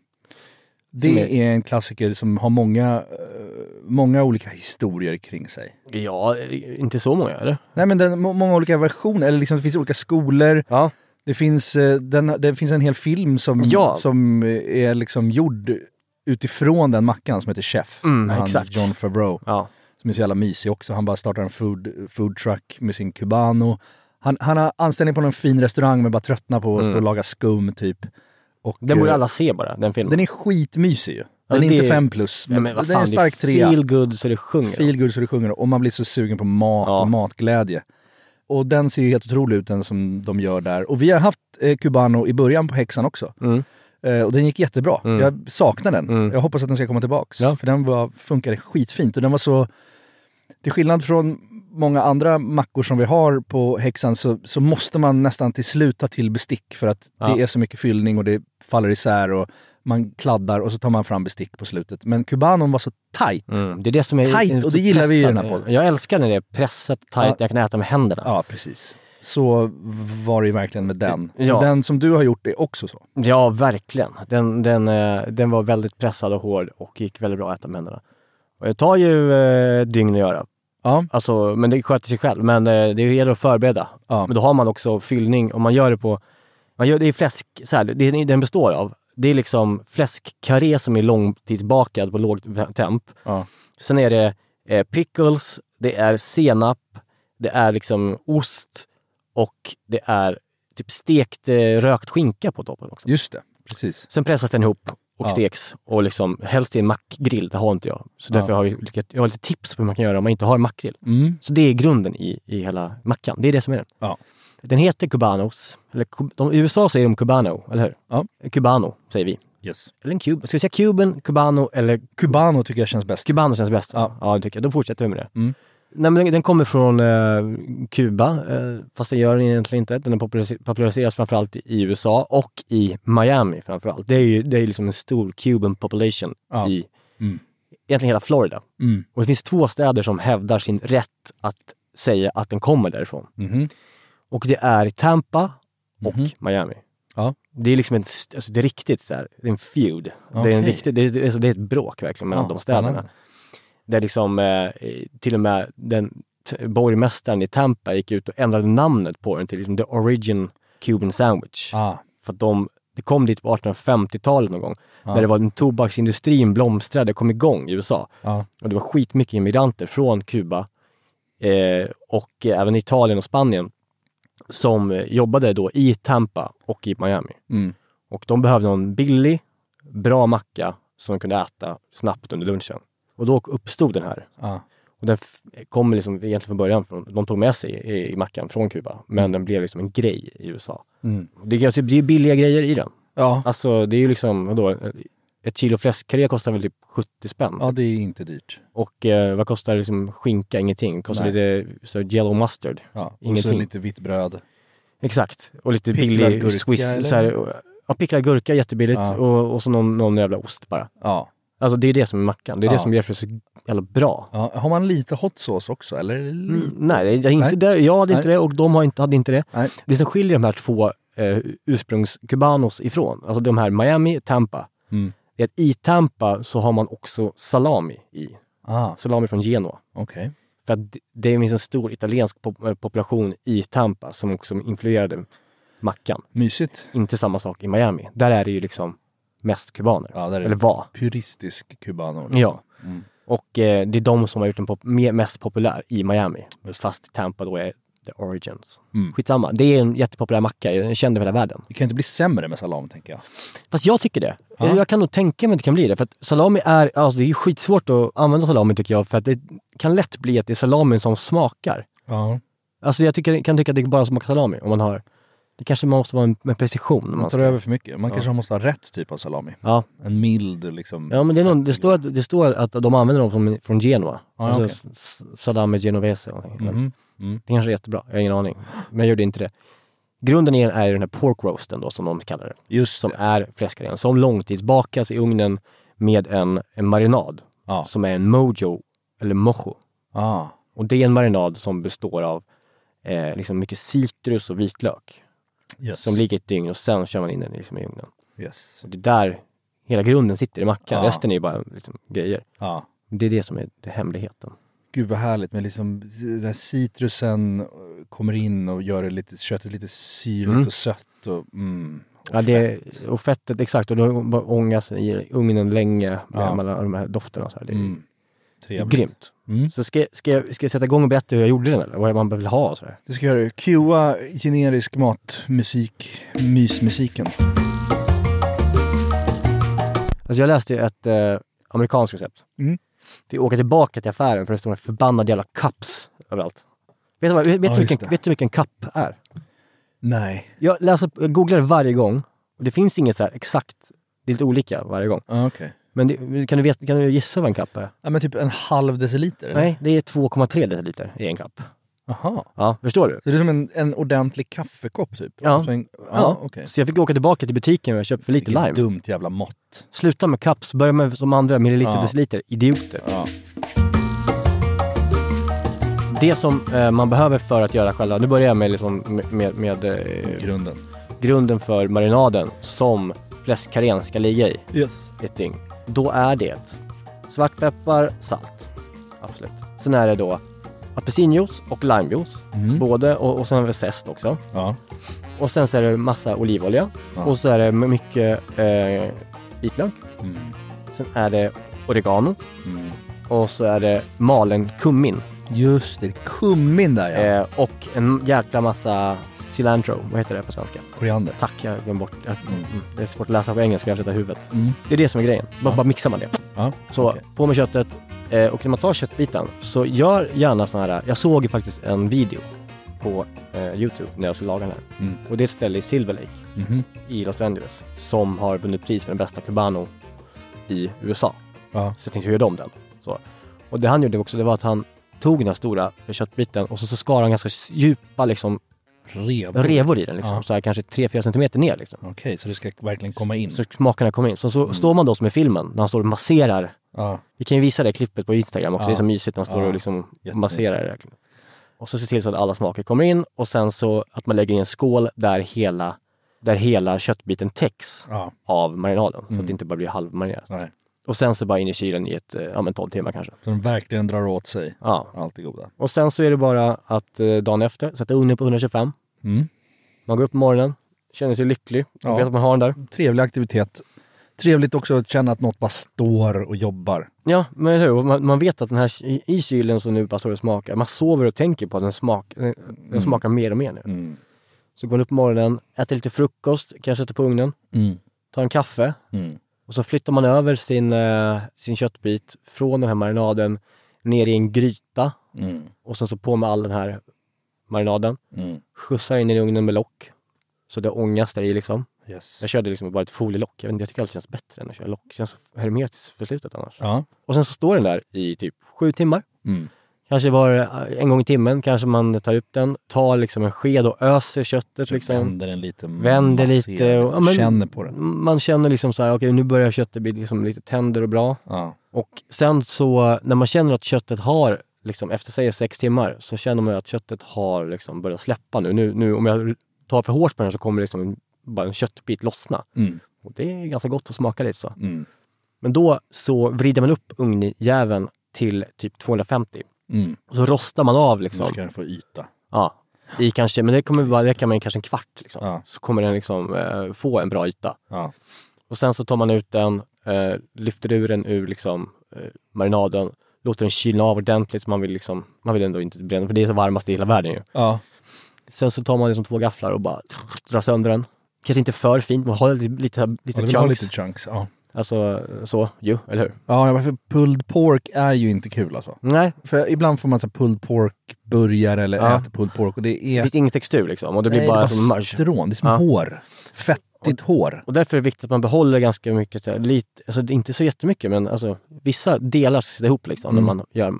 Det är en klassiker som har många olika historier kring sig. Ja, inte så många, eller? Nej, men många olika versioner. Eller liksom det finns olika skolor. Ja. Det finns en hel film som är liksom gjord utifrån den mackan som heter Chef. Exakt. John Favreau. Ja. Som är så jävla mysig också. Han bara startar en food truck med sin Cubano. Han har anställning på någon fin restaurang men bara tröttnar på att stå och laga skum typ. Och, den borde alla se bara, den filmen. Den är skitmysig ju. Den är inte 5+. Men den är en stark 3. Feel good så det sjunger. Feel good så det sjunger. Och man blir så sugen på mat och matglädje. Och den ser ju helt otrolig ut, den som de gör där. Och vi har haft Cubano i början på Häxan också. Och den gick jättebra. Jag saknar den. Jag hoppas att den ska komma tillbaks. Ja. För den funkade skitfint. Och den var så... Till skillnad från många andra mackor som vi har på Häxan så måste man nästan till sluta till bestick för att det är så mycket fyllning och det faller isär och man kladdar och så tar man fram bestick på slutet. Men Cubanon var så tight. Det är det som är tight och det gillar vi i den här podden. Jag älskar när det är pressat tight, jag kan äta med händerna. Ja, precis. Så var det ju verkligen med den. Ja. Den som du har gjort är också så. Ja, verkligen. Den var väldigt pressad och hård och gick väldigt bra att äta med händerna. Och det tar ju dygn att göra. Ja. Alltså, men det sköter sig själv. Men det gäller att förbereda. Ja. Men då har man också fyllning. Om man gör det på... det är fläsk... Så här, den består av... Det är liksom fläskkarré som är långtidsbakad på lågt temp. Ja. Sen är det pickles, det är senap, det är liksom ost och det är typ stekt rökt skinka på toppen också. Just det, precis. Sen pressas den ihop och steks och liksom helst i en mackgrill, det har inte jag. Så därför har jag har lite tips på hur man kan göra om man inte har en mackgrill. Så det är grunden i hela mackan. Det är det som är den. Ja. Den heter Cubanos. Eller, i USA säger de Cubano, eller hur? Ja. Cubano säger vi. Yes. Eller en Cuban. Ska vi säga Cuban, Cubano eller... Cubano tycker jag känns bäst. Cubano känns bäst. Ja, det tycker jag. Då fortsätter vi med det. Nej, men den kommer från Kuba, fast det gör den egentligen inte. Den populariseras framförallt i USA och i Miami framförallt. Det är liksom en stor Cuban population i egentligen hela Florida. Och det finns 2 städer som hävdar sin rätt att säga att den kommer därifrån. Och det är Tampa och Miami. Ja. Det är liksom det är riktigt så här, det är en feud. Okay. Det är ett bråk verkligen mellan de städerna. Där liksom till och med borgmästaren i Tampa gick ut och ändrade namnet på den till liksom The Origin Cuban Sandwich. För att det kom dit på 1850-talet någon gång. När det var den tobaksindustrin blomstrade, kom igång i USA. Och det var skitmycket immigranter från Kuba och även Italien och Spanien som jobbade då i Tampa och i Miami. Och de behövde en billig, bra macka som de kunde äta snabbt under lunchen. Och då uppstod den här. Och den kom liksom egentligen från början, de tog med sig i mackan från Kuba. Men den blev liksom en grej i USA. Det är billiga grejer i den. Alltså det är ju liksom, vadå, ett kilo fläskkarré kostar väl typ 70 spänn. Ja, det är inte dyrt. Och vad kostar liksom skinka? Ingenting. Kostar lite så yellow mustard. Ingenting. Och så lite vitt bröd. Exakt. Och lite billig gurka, Swiss. Så här, picklad gurka, jättebilligt. Och så någon jävla ost bara. Alltså det är det som är mackan. Det är det som gör det så jävla bra. Har man lite hot sauce också? Eller nej, inte där. Jag hade inte det och de hade inte det. Nej. Det som skiljer de här två ursprungskubanos ifrån, alltså de här Miami, Tampa, är att i Tampa så har man också salami i. Salami från Genoa. För att det finns en stor italiensk population i Tampa som också influerade mackan. Mysigt. Inte samma sak i Miami. Där är det ju liksom mest kubaner. Där är eller var. Puristisk kubaner. Liksom. Ja. Och det är de som har gjort den mest populär i Miami. Fast Tampa då är The Origins. Skitsamma. Det är en jättepopulär macka. Jag kände hela världen. Det kan inte bli sämre med salami, tänker jag. Fast jag tycker det. Jag kan nog tänka mig att det kan bli det. För att salami alltså det är skitsvårt att använda salami, tycker jag. För att det kan lätt bli att det är salamin som smakar. Alltså jag kan tycka att det bara smakar salami. Om man har... Det kanske måste vara med precision. Man tar över för mycket. Man kanske måste ha rätt typ av salami. En mild liksom... Ja, men det står att de använder dem från Genoa. Alltså salami genovese. Det kanske är jättebra. Jag har ingen aning. Men jag gjorde inte det. Grunden i den är den här pork roasten då, som de kallar det. Just som är fläskkarrén. Som långtidsbakas i ugnen med en marinad. Som är en mojo eller mojo. Och det är en marinad som består av liksom mycket citrus och vitlök. Som ligger ett dygn och sen kör man in den liksom i ugnen. Och det där hela grunden sitter i mackan. Resten är ju bara liksom grejer. Det är det som är hemligheten. Gud vad härligt, med liksom där citrusen kommer in och gör köttet lite syrligt och sött och och fettet, exakt, och då bara ångas i ugnen länge med alla de här dofterna så här. Det är grymt. Så ska jag sätta igång och berätta hur jag gjorde den, eller vad man vill ha så här. Det ska jag göra. Cuea generisk matmusik, mysmusiken. Alltså jag läste ett amerikanskt recept. Vi åker tillbaka till affären för det står en förbannad jävla cups överallt. Vet du vilken cup är? Nej. Jag googlar varje gång och det finns inget så här exakt, det är lite olika varje gång. Men kan du gissa vad en kapp är? Ja, men typ en halv deciliter? Eller? Nej, det är 2,3 deciliter i en kapp. Aha. Ja, förstår du? Så det är som en ordentlig kaffekopp typ? Ja. Okay. Så jag fick åka tillbaka till butiken och köpa för lite lime. Dumt jävla mått. Sluta med cups, börja med som andra milliliter, deciliter. Idioter. Det som man behöver för att göra själva, nu börjar jag med, liksom, med grunden för marinaden som fläskkarrén ska ligga i ett dygn. Då är det svartpeppar, salt. Absolut. Sen är det då apelsinjuice och limejuice. Både, och sen är det zest också. Och sen så är det massa olivolja. Och så är det mycket vitlök. Sen är det oregano. Och så är det malen kummin. Just det, kummin där ja. Och en jäkla massa cilantro, vad heter det på svenska? Koriander. Tack, jag glömde bort. Det är svårt att läsa på engelska, jag har i huvudet. Det är det som är grejen. Bara mixar man det. Så på med köttet. Och när man tar köttbiten så gör gärna sån här. Jag såg faktiskt en video på YouTube när jag skulle laga den här. Och det är ett ställe i Silver Lake i Los Angeles som har vunnit pris för den bästa cubano i USA. Så jag tänkte, hur gör de den? Så. Och det han gjorde också, det var att han tog den här stora köttbiten och så skar han ganska djupa liksom revor i den liksom. Så här kanske 3-4 centimeter ner liksom. Okej, så det ska verkligen komma in. Så smakerna kommer in. Så står man då som i filmen när han står och masserar. Vi kan ju visa det klippet på Instagram också. Det är så mysigt när han står och liksom masserar det. Och så ser till så att alla smaker kommer in och sen så att man lägger i en skål där hela köttbiten täcks av marinaden. Så att det inte bara blir halvmarinerat. Och sen så bara in i kylen i ett 12 timmar kanske. Så de verkligen drar åt sig. Ja. Allt är goda. Och sen så är det bara att dagen efter sätta ugnen på 125. Man går upp på morgonen, känner sig lycklig. Man vet att man har den där. Trevlig aktivitet. Trevligt också att känna att något bara står och jobbar. Ja, men hur? Man vet att den här i kylen som nu bara står och smakar. Man sover och tänker på att den smakar mer och mer nu. Så går man upp på morgonen, äter lite frukost, kanske sätter på ugnen. Tar en kaffe. Och så flyttar man över sin köttbit från den här marinaden ner i en gryta. Och sen så på med all den här marinaden. Skjutsar in i ugnen med lock. Så det ångas där i liksom. Yes. Jag körde liksom bara ett folielock. Jag tycker allt känns bättre än att köra lock. Det känns hermetiskt för slutet annars. Ja. Och sen så står den där i typ 7 timmar. Kanske var en gång i timmen. Kanske man tar upp den. Tar liksom en sked och öser köttet. Liksom. Vänder den lite. Vänder lite. Och, känner på den. Man känner liksom så här, okej, nu börjar köttet bli liksom lite tänder och bra. Ja. Och sen så när man känner att köttet har liksom, efter sig 6 timmar, så känner man att köttet har liksom börjat släppa nu. Om jag tar för hårt på den så kommer liksom bara en köttbit lossna. Och det är ganska gott att smaka lite så. Men då så vrider man upp ugnjäveln till typ 250. Och så rostar man av liksom. Nu ska den få yta. Ja. Men det kommer bara räcka med kanske en kvart liksom. Ja. Så kommer den liksom få en bra yta. Ja. Och sen så tar man ut den, lyfter ur den ur liksom marinaden, låter den kylna av ordentligt så man vill ändå inte bränna, för det är så varmast i hela världen ju. Ja. Sen så tar man liksom 2 gafflar och bara drar sönder den. Kanske inte för fint, man har lite chunks. Ha lite chunks, ja. Alltså så, eller hur? Ja, för pulled pork är ju inte kul alltså. Nej. För ibland får man så pulled pork burgare eller äta pulled pork och det är... Det finns ingen textur liksom och det blir bara som marsch. Strån, det är som hår. Fettigt hår. Och därför är det viktigt att man behåller ganska mycket, lite, alltså inte så jättemycket, men alltså vissa delar sitter ihop liksom när man gör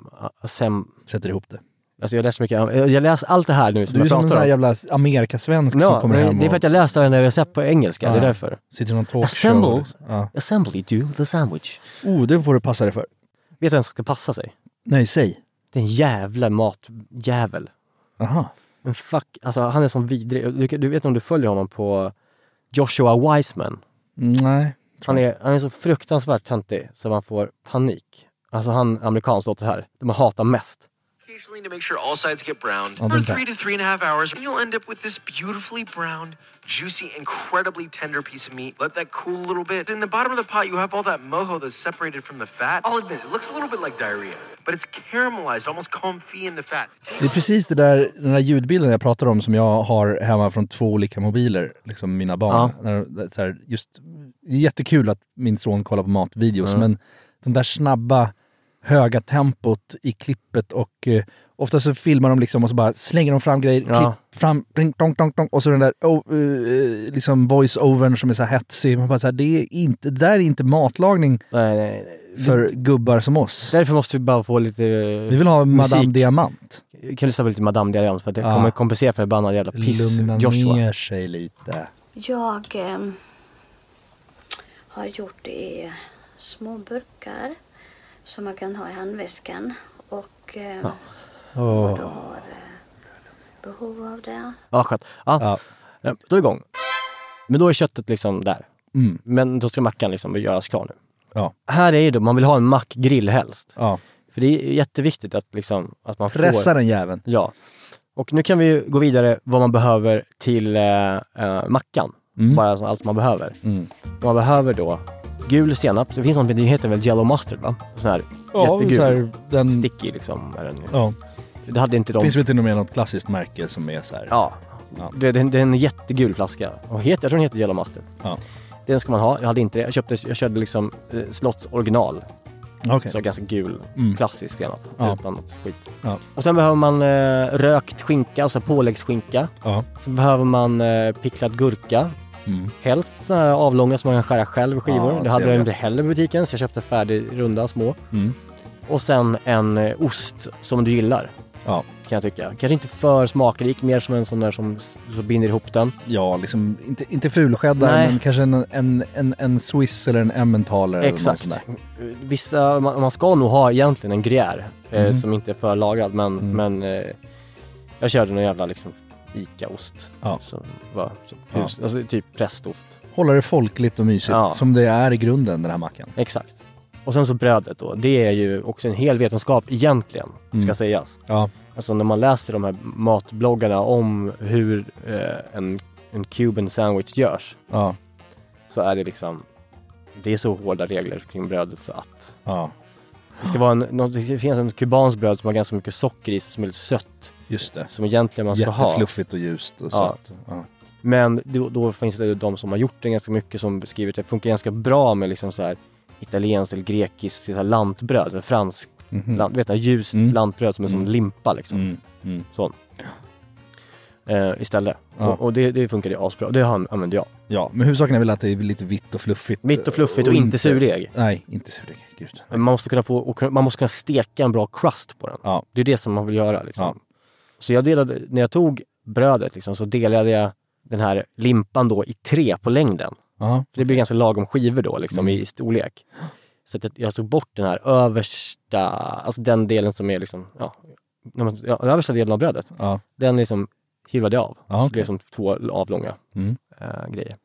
sätter ihop det. Alltså jag läser mycket, jag läser allt det här nu som du är jag som pratar en sån här jävla amerikasvensk som kommer hem. Det är för att jag läste den när jag sett på engelska, det är därför. Sitter i någon talkshow. Assemble do the sandwich. Det får du passa dig för. Vet du vem som ska passa sig? Nej, säg. Det är en jävla matjävel. Aha. Men fuck, alltså han är som vidrig. Du vet om du följer honom på Joshua Wiseman? Nej. Han är så fruktansvärt töntig så man får panik. Alltså han amerikanskt låter här. De hatar mest. Occasionally to make sure all sides get browned for 3 to 3.5 hours, and you'll end up with this beautifully browned, juicy, incredibly tender piece of meat. Let that cool a little bit. In the bottom of the pot, you have all that mojo that's separated from the fat. I'll admit, it looks a little bit like diarrhea, but it's caramelized, almost comfy in the fat. Det är precis den där ljudbilden jag pratar om som jag har hemma från 2 olika mobiler, liksom mina barn. Så här, det är jättekul att min son kollar på matvideos, men den där snabba höga tempot i klippet och ofta så filmar de liksom och så bara slänger de fram grejer, klipp fram, dong, dong, dong, och så den där liksom voice-overn som är så här hetsig. Man bara så här, det där är inte matlagning för gubbar som oss. Därför måste vi bara få lite vi vill ha musik. Madame Diamant. Vi kan lyssna på lite Madame Diamant för att det kommer kompensera för förbannad jävla piss. Lugna Joshua ner sig lite. Jag har gjort i små burkar som man kan ha i handväskan och då har behov av det. Ja, skönt. Ja. Då är det igång. Men då är köttet liksom där. Men då ska mackan liksom göras klar nu. Ja. Här är det, man vill ha en mackgrill helst. Ja. För det är jätteviktigt att, liksom, att man pressa den jäveln. Ja. Och nu kan vi gå vidare vad man behöver till mackan. Bara allt man behöver. Man behöver då gul senap. Det finns något, det heter väl yellow mustard, va? Sån här jättegul. Så här, den sticky liksom. Är den. Ja. Det hade inte de. Finns väl till och med något klassiskt märke som är så här. Ja. Det är en jättegul flaska. Och jag tror den heter yellow mustard. Ja. Den ska man ha. Jag hade inte det. Jag körde liksom Slotts original. Okay. Så ganska gul, klassisk senap. Utan något skit. Ja. Och sen behöver man rökt skinka, alltså påläggsskinka. Ja. Sen behöver man picklad gurka. Helst så här avlånga som man kan skära själv i skivor. Det hade jag inte heller i butiken, så jag köpte färdig runda små. Och sen en ost som du gillar. Ja. Kan jag tycka. Kanske inte för smakrik, mer som en sån där som binder ihop den. Ja, liksom inte fulskäddare, men kanske en Swiss eller en Emmentaler. Exakt. Eller något sånt där. Vissa, man ska nog ha egentligen en gruyère som inte är för lagad, men jag körde någon jävla liksom Ica-ost. Ja. Alltså typ prästost. Hålla det folkligt och mysigt, som det är i grunden, den här mackan. Exakt. Och sen så brödet då. Det är ju också en hel vetenskap egentligen, ska sägas. Ja. Alltså när man läser de här matbloggarna om hur en Cuban sandwich görs. Ja. Så är det liksom, det är så hårda regler kring brödet så att det ska vara det finns en kubansk bröd som har ganska mycket socker i sig som är lite sött. Just det. Som egentligen man ska ha. Jättefluffigt och ljust och sött. Ja. Men då finns det de som har gjort det ganska mycket som beskriver att det funkar ganska bra med liksom så här italienskt eller grekiskt så här lantbröd, så här fransk ljust lantbröd som är som limpa liksom. Sån. Istället. Ja. Och det funkar det asbra. Det använder jag. Ja, men huvudsaken är väl att det är lite vitt och fluffigt. Vitt och fluffigt och inte surdeg. Nej, inte surdeg. Gud. Men man måste kunna steka en bra crust på den. Ja. Det är det som man vill göra liksom. Ja. Så när jag tog brödet liksom, så delade jag den här limpan då i 3 på längden. För det blir ganska lagom skivor då liksom i storlek. Så att jag tog bort den här översta, alltså den delen som är liksom, den översta delen av brödet. Ja. Den liksom hivade av. Så det är som 2 avlånga grejer.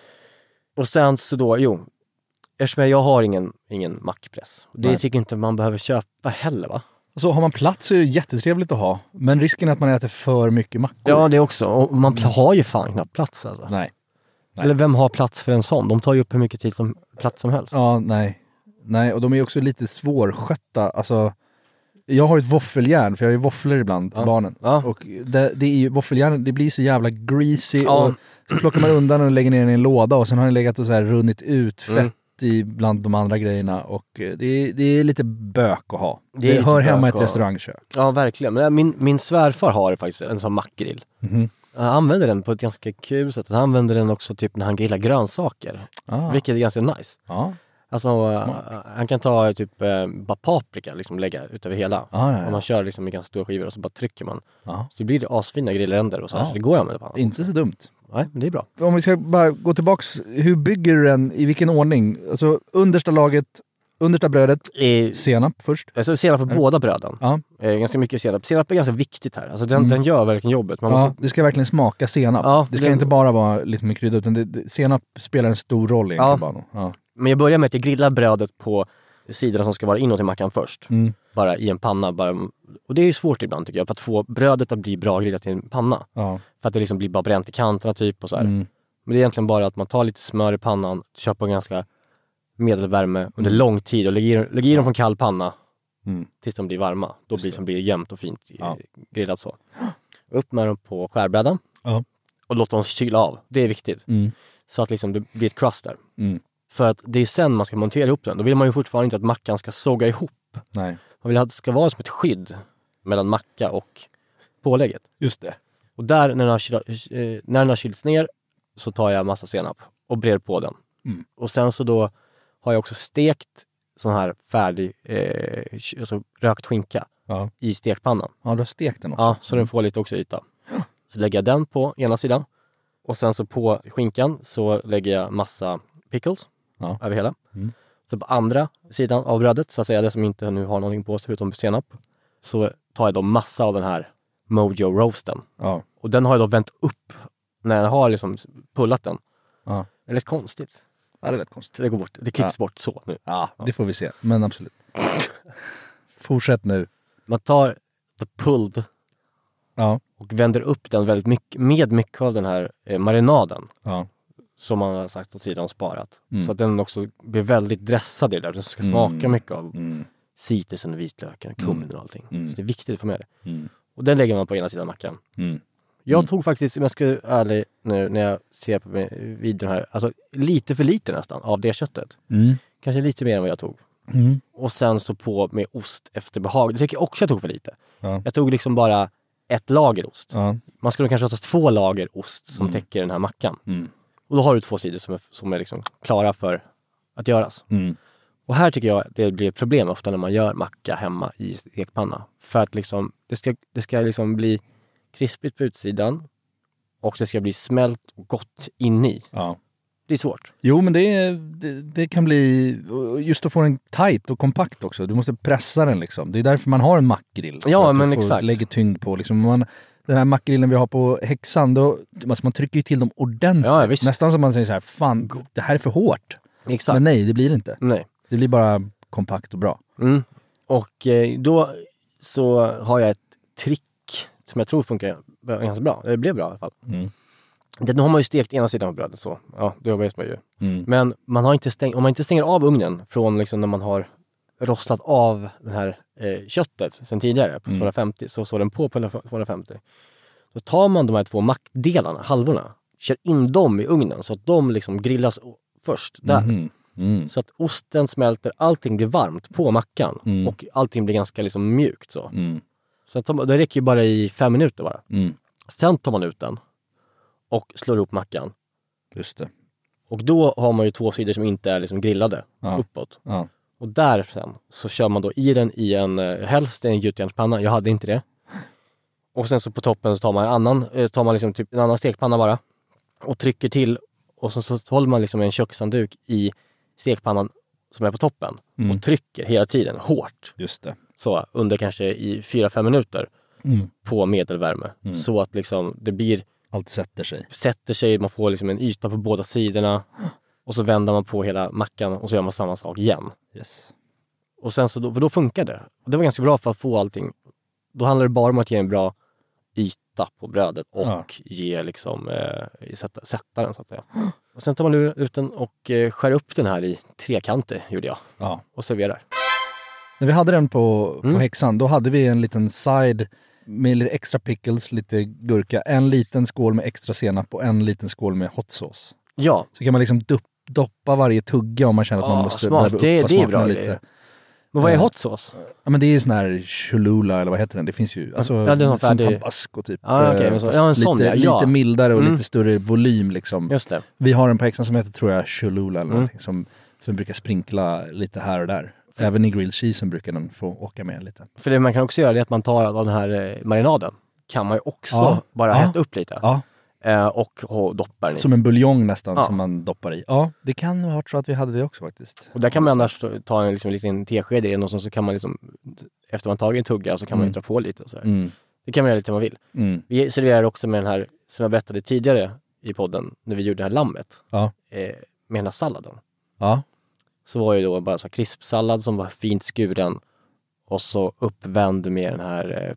Och sen så då, eftersom jag har ingen mackpress. Det tycker inte man behöver köpa heller, va? Så har man plats så är det jättetrevligt att ha. Men risken är att man äter för mycket mackor. Ja, det också. Och man har ju fan knappt plats alltså. Nej. Eller vem har plats för en sån? De tar ju upp hur mycket tid plats som helst. Ja, nej, och de är också lite svårskötta. Alltså, jag har ett våffeljärn, för jag har ju våfflor ibland till barnen. Ja. Och det är ju våffeljärn, det blir så jävla greasy. Och så plockar man undan och lägger ner den i en låda. Och sen har den legat och så här runnit ut fett i bland de andra grejerna. Och det är lite bök att ha. Det hör hemma i ett restaurangkök. Ja, verkligen. Men min svärfar har faktiskt en sån mackgrill. Han använder den på ett ganska kul sätt. Han använder den också typ när han grillar grönsaker. Vilket är ganska nice. Alltså, han kan ta typ bara paprika, liksom lägga ut över hela. Och man kör liksom i ganska stora skivor och så bara trycker man. Så det blir det asfina grillränder och så. Så det går att använda på annat. Inte så dumt. Nej, men det är bra. Om vi ska bara gå tillbaks, hur bygger du den, i vilken ordning? Alltså understa brödet, senap först. Alltså senap på båda bröden. Ganska mycket senap. Senap är ganska viktigt här. Alltså den gör verkligen jobbet. Man måste... det ska verkligen smaka senap. Det ska inte bara vara lite med krydda, utan senap spelar en stor roll egentligen. Men jag börjar med att jag grillar brödet på sidorna som ska vara inåt i mackan först. Bara i en panna. Och det är ju svårt ibland tycker jag, för att få brödet att bli bra grillat i en panna. För att det liksom blir bara bränt i kanterna typ och så här. Men det är egentligen bara att man tar lite smör i pannan, kör på en ganska medelvärme under lång tid och lägger i dem från kall panna tills de blir varma. Då blir det jämnt och fint grillat så. Upp med dem på skärbrädan och låt dem kyla av. Det är viktigt. Så att liksom det blir ett crust där. För att det är sen man ska montera ihop den. Då vill man ju fortfarande inte att mackan ska såga ihop. Nej. Man vill att det ska vara som ett skydd mellan macka och pålägget. Just det. Och där när den har kylts ner så tar jag massa senap och brer på den. Och sen så då har jag också stekt sån här färdig alltså rökt skinka i stekpannan. Ja, du har stekt den också. Ja, så den får lite också yta. Så lägger jag den på ena sidan. Och sen så på skinkan så lägger jag massa pickles över hela. Så på andra sidan av brödet, så att säga det som inte nu har någonting på sig utom senap, så tar jag då massa av den här Mojo roasten. Och den har jag då vänt upp när jag har liksom pullat den. Det är lite konstigt. Ja, det är rätt konstigt. Det går bort. Det klipps bort så nu. Ja, det får vi se. Men absolut. Fortsätt nu. Man tar the pulled och vänder upp den väldigt mycket med mycket av den här marinaden. Som man har sagt åt sidan och sparat. Så att den också blir väldigt dressad i det där. Den ska smaka mycket av citrusen och vitlöken, kummin och allting. Så det är viktigt att få med det. Och den lägger man på ena sidan mackan. Jag tog faktiskt, om jag ska vara ärlig nu när jag ser på videon här, alltså lite för lite nästan av det köttet. Kanske lite mer än vad jag tog. Och sen så på med ost efter behag. Det tycker jag också jag tog för lite. Jag tog liksom bara ett lager ost. Man skulle kanske ha 2 lager ost som täcker den här mackan. Och då har du 2 sidor som är liksom klara för att göras. Och här tycker jag det blir ett problem ofta när man gör macka hemma i stekpanna. För att liksom, det ska liksom bli krispigt på utsidan och det ska bli smält och gott inni. Det är svårt. Jo, men det kan bli, just att få den tight och kompakt också. Du måste pressa den liksom. Det är därför man har en mackgrill. Ja, men exakt. Lägger tyngd på liksom. Den här mackgrillen vi har på häxan, då man trycker ju till dem ordentligt. Ja, visst. Nästan som man säger så här, fan, det här är för hårt. Exakt. Men nej, det blir det inte. Nej. Det blir bara kompakt och bra. Och då så har jag ett trick som jag tror funkar ganska bra. Det blev bra i alla fall. Nu har man ju stekt ena sidan av brödet så. Ja, det vet man ju. Men man har inte om man inte stänger av ugnen från liksom när man har rostat av den här köttet sen tidigare på 250 så står den på 250. Då tar man de här 2 mackdelarna, halvorna, kör in dem i ugnen så att de liksom grillas först där. Så att osten smälter, allting blir varmt på mackan och allting blir ganska liksom mjukt så. Så att det räcker ju bara i 5 minuter bara. Sen tar man ut den och slår ihop mackan. Just det. Och då har man ju 2 sidor som inte är liksom grillade uppåt. Och där sen så kör man då i den i helst en gjutjärnspanna. Jag hade inte det. Och sen så på toppen så tar man liksom typ en annan stekpanna bara. Och trycker till. Och så håller man liksom en kökshandduk i stekpannan som är på toppen. Och trycker hela tiden hårt. Just det. Så under kanske i 4-5 minuter på medelvärme. Så att liksom det blir... Allt sätter sig. Man får liksom en yta på båda sidorna. Och så vänder man på hela mackan och så gör man samma sak igen. Yes. Och sen så då funkar det. Och det var ganska bra för att få allting. Då handlar det bara om att ge en bra yta på brödet och ge liksom sätta den så att säga. Och sen tar man ut den och skär upp den här i trekanter gjorde jag. Och serverar. När vi hade den på häxan, då hade vi en liten side med lite extra pickles, lite gurka, en liten skål med extra senap och en liten skål med hot sauce. Ja. Så kan man liksom doppa varje tugga om man känner att man måste uppa smakerna lite. Men vad är hot sauce? Ja, men det är sån här Cholula eller vad heter den? Det finns ju alltså som tabasco typ. Lite mildare och lite större volym liksom. Just det. Vi har en på häxan som heter tror jag Cholula eller någonting som brukar sprinkla lite här och där. Även i grilled cheesen brukar den få åka med lite. För det man kan också göra är att man tar av den här marinaden. Kan man ju också bara äta upp lite. Och doppar den i. Som en buljong nästan som man doppar i. Ja, det kan vara så att vi hade det också faktiskt. Och där kan man annars ta en liten tesked i den och så kan man liksom, efter man tagit en tugga så kan man dra på lite och så här. Det kan man göra lite om man vill. Vi serverar också med den här, som jag berättade tidigare i podden, när vi gjorde det här lammet. Med den här salladen. Så var ju då bara så krispsallad som var fint skuren och så uppvänd med den här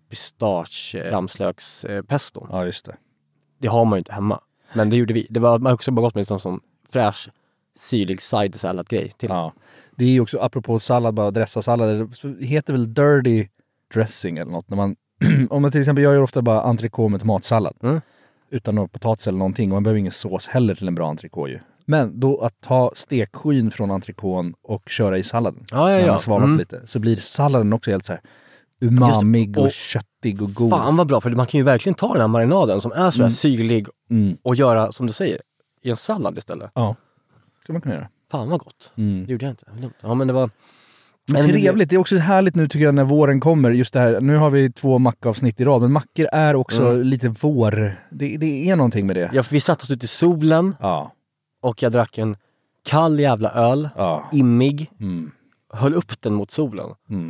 pistache-ramslökspeston. Ja, just det. Det har man ju inte hemma. Men det gjorde vi. Det var också bara gott med liksom som fräsch, syrlig side salad-grej till. Ja. Det är ju också, apropå sallad, bara dressa sallad. Det heter väl dirty dressing eller något. När man, om man till exempel, jag gör ofta bara entrecote med tomatsallad. Utan någon potatis eller någonting. Och man behöver ingen sås heller till en bra entrecote ju. Men då att ta stekskyn från entrecôten och köra i salladen. När man svalnat lite. Så blir salladen också helt så här umamig och köttig och god. Fan vad bra, för man kan ju verkligen ta den här marinaden som är så här syrlig och göra, som du säger, i en sallad istället. Ja, det kan man kunna göra. Fan vad gott. Det gjorde jag inte. Ja, men det var... Men trevligt, det är också härligt nu tycker jag när våren kommer. Just det här, nu har vi 2 mackavsnitt i rad, men mackor är också lite vår. Det är någonting med det. Ja, för vi satt oss ut i solen. Ja. Och jag drack en kall jävla öl, immig, höll upp den mot solen.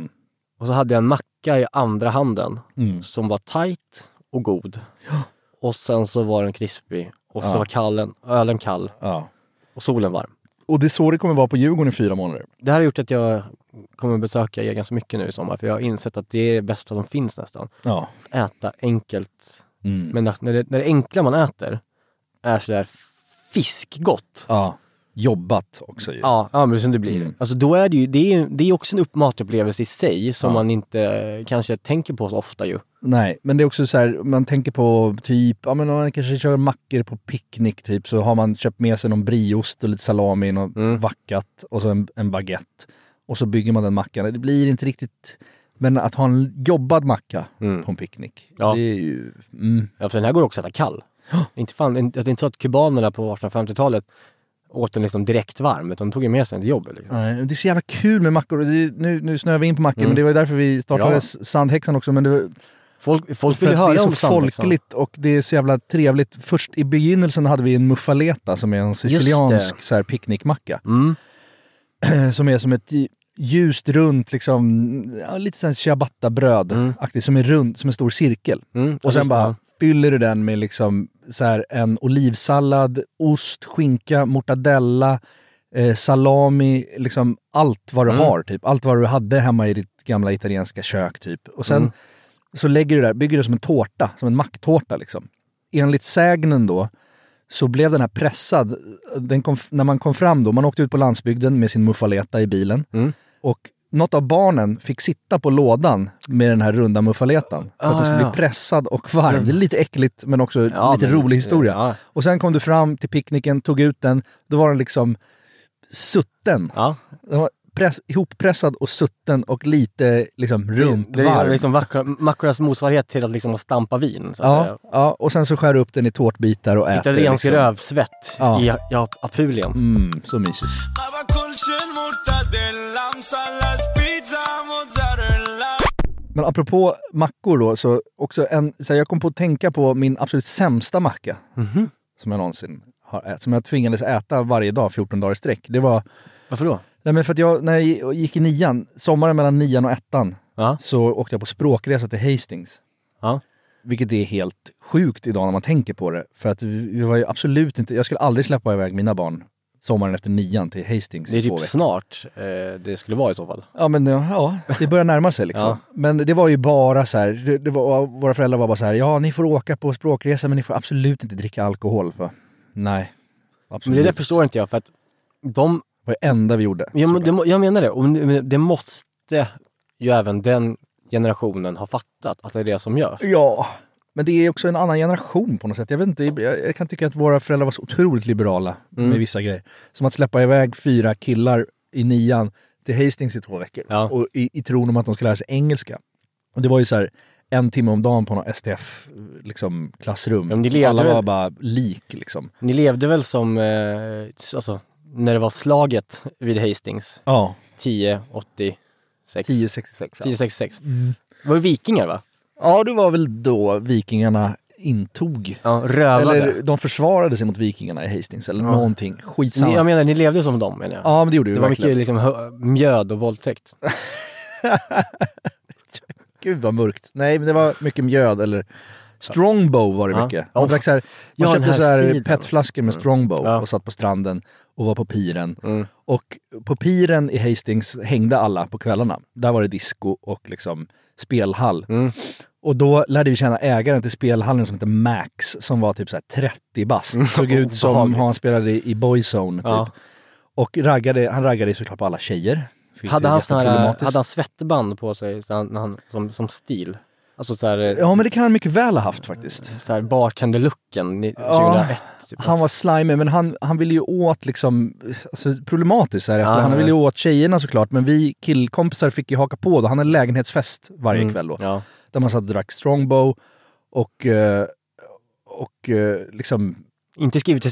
Och så hade jag en macka i andra handen som var tight och god. Och sen så var den krispig och så var ölen kall och solen varm. Och det är så det kommer vara på Djurgården i 4 månader. Det här har gjort att jag kommer besöka er ganska mycket nu i sommar, för jag har insett att det är det bästa som finns nästan. Äta enkelt. Men när det enkla man äter är sådär fiskgott. Ja, jobbat också ju. Ja, men som det blir. Alltså då är det ju, det är också en matupplevelse i sig som man inte kanske tänker på så ofta ju. Nej, men det är också så här, man tänker på typ, ja men man kanske kör mackor på picknick typ, så har man köpt med sig någon brieost och lite salami, något vackat och så en baguette. Och så bygger man den mackan. Det blir inte riktigt, men att ha en jobbad macka på en picknick, det är ju... Ja, för den här går också att äta kall. Det är inte så att kubanerna på 1850-talet åt den liksom direkt varm, utan de tog med sig till jobbet. Liksom. Nej, det är så jävla kul med mackor. Nu snöar vi in på mackor, men det var därför vi startade Sandhäxan också. Men det folk vill höra det är om så folkligt och det är så jävla trevligt. Först i begynnelsen hade vi en muffaleta som är en siciliansk så här picknickmacka. Som är som ett ljust runt liksom, lite sån ciabatta-bröd aktigt, som är runt, som en stor cirkel. Och sen bara fyller du den med liksom så här en olivsallad, ost, skinka, mortadella, salami, liksom allt vad du har typ. Allt vad du hade hemma i ditt gamla italienska kök typ. Och sen så lägger du där, bygger du som en tårta, som en macktårta liksom. Enligt sägnen då så blev den här pressad. När man kom fram då, man åkte ut på landsbygden med sin muffaleta i bilen. Och något av barnen fick sitta på lådan med den här runda muffaletan. För att den skulle bli pressad och varm. Det är lite äckligt men också lite rolig historia. Ja. Och sen kom du fram till picknicken, tog ut den. Då var den liksom sutten. Ja. Den var ihoppressad och sutten och lite liksom runt det är liksom Mackornas motsvarighet till att liksom stampa vin. Så att ja, och sen så skär du upp den i tårtbitar och äter. Italiensk liksom rövsvett i Apulien. Så mysigt. Men apropå mackor då, så också så jag kom på att tänka på min absolut sämsta macka som jag någonsin har ätit, som jag tvingades äta varje dag 14 dagar i sträck. Det var... Varför då? Nej, men för att när jag gick i 9:an, sommaren mellan 9:an och 1:an, så åkte jag på språkresa till Hastings. Ja. Vilket är helt sjukt idag när man tänker på det. För att vi var ju absolut inte... Jag skulle aldrig släppa iväg mina barn sommaren efter 9:an till Hastings. Det är typ snart det skulle vara i så fall. Ja, men det börjar närma sig liksom. Men det var ju bara så här, våra föräldrar var bara så här, ja, ni får åka på språkresa men ni får absolut inte dricka alkohol. Nej, absolut. Men det förstår inte jag, för att de... Det var det enda vi gjorde. Jag menar det, och det måste ju även den generationen ha fattat att det är det som görs. Ja, men det är också en annan generation på något sätt. Jag vet inte, jag kan tycka att våra föräldrar var så otroligt liberala med vissa grejer. Som att släppa iväg 4 killar i 9:an till Hastings i 2 veckor. Ja. Och i tron om att de ska lära sig engelska. Och det var ju så här 1 timme om dagen på någon STF liksom, klassrum. Ja, alla var bara lik liksom. Ni levde väl som, alltså, när det var slaget vid Hastings? Ja. 1086. 1066. Det var ju vikingar, va? Ja, det var väl då vikingarna intog. Ja, rövade. Eller de försvarade sig mot vikingarna i Hastings eller någonting. Skitsamma. Jag menar, ni levde som dem, menar jag. Ja, men det gjorde vi. Det var verkligen mycket liksom mjöd och våldtäkt. Gud vad mörkt. Nej, men det var mycket mjöd eller Strongbow var det mycket. Man drack så här, man köpte så här petflaskor med Strongbow och satt på stranden och var på piren. Och på piren i Hastings hängde alla på kvällarna. Där var det disco och liksom spelhall. Och då lärde vi känna ägaren till spelhallen som heter Max, som var typ så här 30 bast. Såg ut som han spelade i Boyzone typ. Och han raggade såklart på alla tjejer. Hade han svettband på sig som stil? Alltså så här, ja, men det kan han mycket väl ha haft faktiskt. Så här bartender-looken 2001. Typ. Han var slimy, men han ville ju åt liksom, alltså problematiskt här efter. Han ville ju åt tjejerna såklart, men vi killkompisar fick ju haka på då. Han hade en lägenhetsfest varje kväll då. Ja. Där man satt och drack Strongbow och liksom... Inte skrivit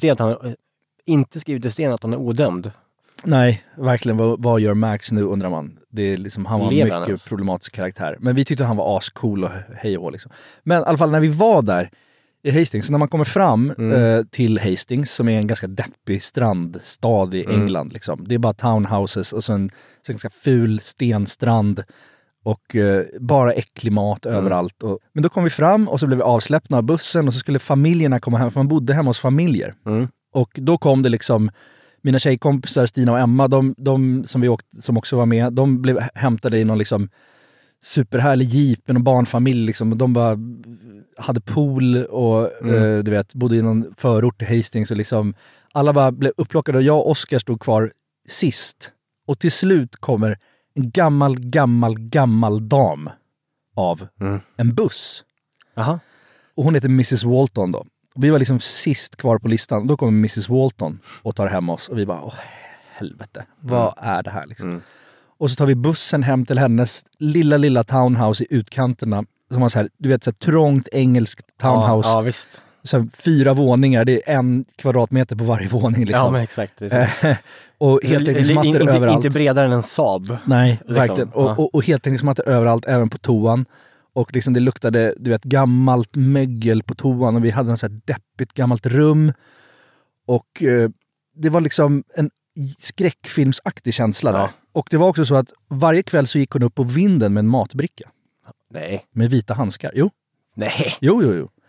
till sten att han är odömd. Nej, verkligen. Vad gör Max nu, undrar man. Det är liksom, han var en mycket problematisk karaktär. Men vi tyckte han var ascool och hej och liksom. Men i alla fall när vi var där i Hastings, så när man kommer fram till Hastings, som är en ganska deppig strandstad i England. Liksom. Det är bara townhouses och så en ganska ful stenstrand och bara äcklig mat överallt. Men då kom vi fram och så blev vi avsläppna av bussen och så skulle familjerna komma hem, för man bodde hemma hos familjer. Och då kom det liksom mina tjejkompisar Stina och Emma, de som också var med, de blev hämtade i någon liksom superhärlig jeep med en barnfamilj liksom. De bara hade pool och du vet, bodde i någon förort till Hastings och liksom alla bara blev upplockade och jag och Oskar stod kvar sist. Och till slut kommer en gammal dam av en buss. Aha. Och hon heter Mrs. Walton då. Vi var liksom sist kvar på listan. Då kommer Mrs. Walton och tar hem oss. Och vi bara, åh helvete, vad är det här liksom? Och så tar vi bussen hem till hennes lilla townhouse i utkanterna. Som har så här, du vet, så här trångt engelskt townhouse. Ja, visst. Så här, 4 våningar, det är 1 kvadratmeter på varje våning liksom. Ja, men exakt. Och heltäckningsmattor överallt. Inte bredare än en Saab. Nej, liksom. Verkligen. Och heltäckningsmattor överallt, även på toan. Och liksom det luktade, du vet, gammalt mögel på toan. Och vi hade en så här deppigt gammalt rum. Och det var liksom en skräckfilmsaktig känsla där. Och det var också så att varje kväll så gick hon upp på vinden med en matbricka. Nej. Med vita handskar. Jo. Nej. Jo.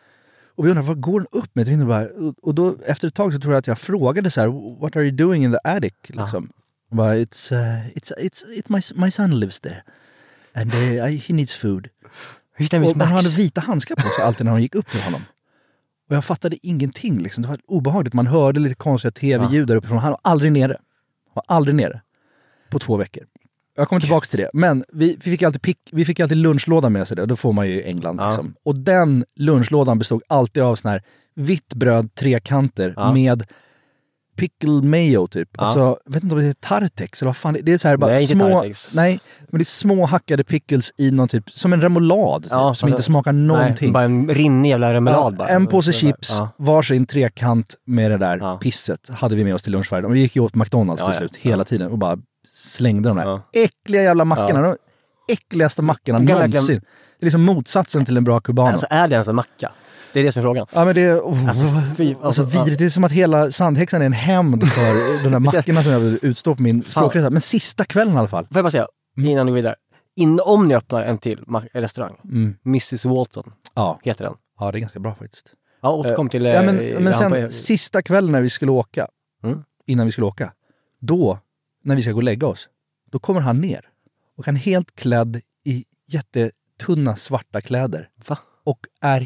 Och vi undrar, vad går den upp med? Och då efter ett tag så tror jag att jag frågade så här, what are you doing in the attic? Liksom. Bara, it's my son lives there. And he needs food. Och man hade vita handskar på sig alltid när hon gick upp till honom. Och jag fattade ingenting. Liksom. Det var obehagligt. Man hörde lite konstiga tv-ljud där uppifrån. Han var aldrig nere. På 2 veckor. Jag kommer tillbaka till det. Men vi fick alltid lunchlåda med sig det. Då får man ju i England. Liksom. Och den lunchlådan bestod alltid av sån här vitt bröd, 3-kanter med pickle mayo typ. Alltså, jag vet inte om det är Tartex eller vad fan det är. Så här bara men det är små hackade pickles i någon typ, som en remoulad typ, som inte smakar någonting. Nej, bara en rinnig jävla remoulad bara. En påse chips, varsin 3-kant med det där pisset hade vi med oss till lunchvärden. Och vi gick ju åt McDonalds till slut hela tiden och bara slängde de där äckliga jävla mackorna. De äckligaste mackorna någonsin. Det är liksom motsatsen till en bra cubano. Alltså är det ens en macka? Det är det som är frågan. Ja, men det är vidrigt. Det är som att hela Sandhäxan är en hämnd för de där mackorna som jag vill utstå på min språkresa. Men sista kvällen i alla fall. Får jag bara säga, innan du går vidare. Om ni öppnar en till restaurang. Mrs. Walton heter den. Ja, det är ganska bra faktiskt. Ja, återkom till... men sen sista kvällen när vi skulle åka, innan vi skulle åka, då, när vi ska gå och lägga oss, då kommer han ner. Och han är helt klädd i jättetunna svarta kläder. Va? Och är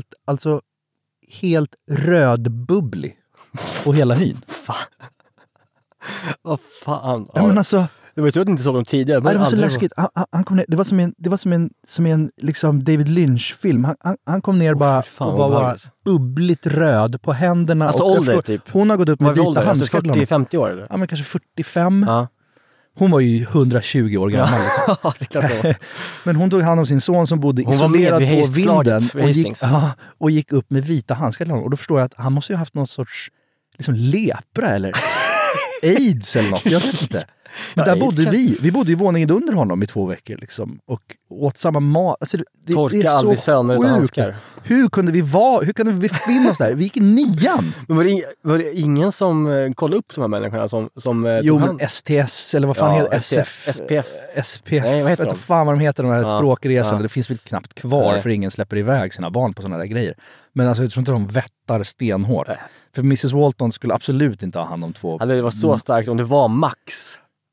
helt rödbubblig på hela hyn. Vad fan? Ja, men alltså, det var ju att inte såg dem tidigare. Det var så läskigt. Han kom ner, det var som en liksom David Lynch-film. Han kom ner bara och var bara bubbligt röd på händerna. Alltså och ålder typ. Hon har gått upp med vita handskar. Alltså 40-50 år eller? Ja, men kanske 45. Ja. Hon var ju 120 år gammal. Liksom. Ja, det är klart då. Men hon tog hand om sin son som bodde isolerad på vinden och gick upp med vita handskar. Och då förstår jag att han måste ju ha haft någon sorts liksom lepra eller AIDS eller något. Jag vet inte. Men där bodde vi bodde i våningen under honom i 2 veckor liksom. Och åt samma mat. Alltså, det är så sjukt. Hur kunde vi befinna oss där? Vi gick i 9:an. Men var det ingen som kollade upp de här människorna som jo, men STS eller vad fan heter SPF. SPF. Nej, vad heter de? Fan vad de heter, de här språkresorna. Det finns väl knappt kvar för ingen släpper iväg sina barn på sådana där grejer. Men alltså, jag tror inte de vettar stenhårt. För Mrs. Walton skulle absolut inte ha hand om 2. Alltså, det var så starkt om det var Max.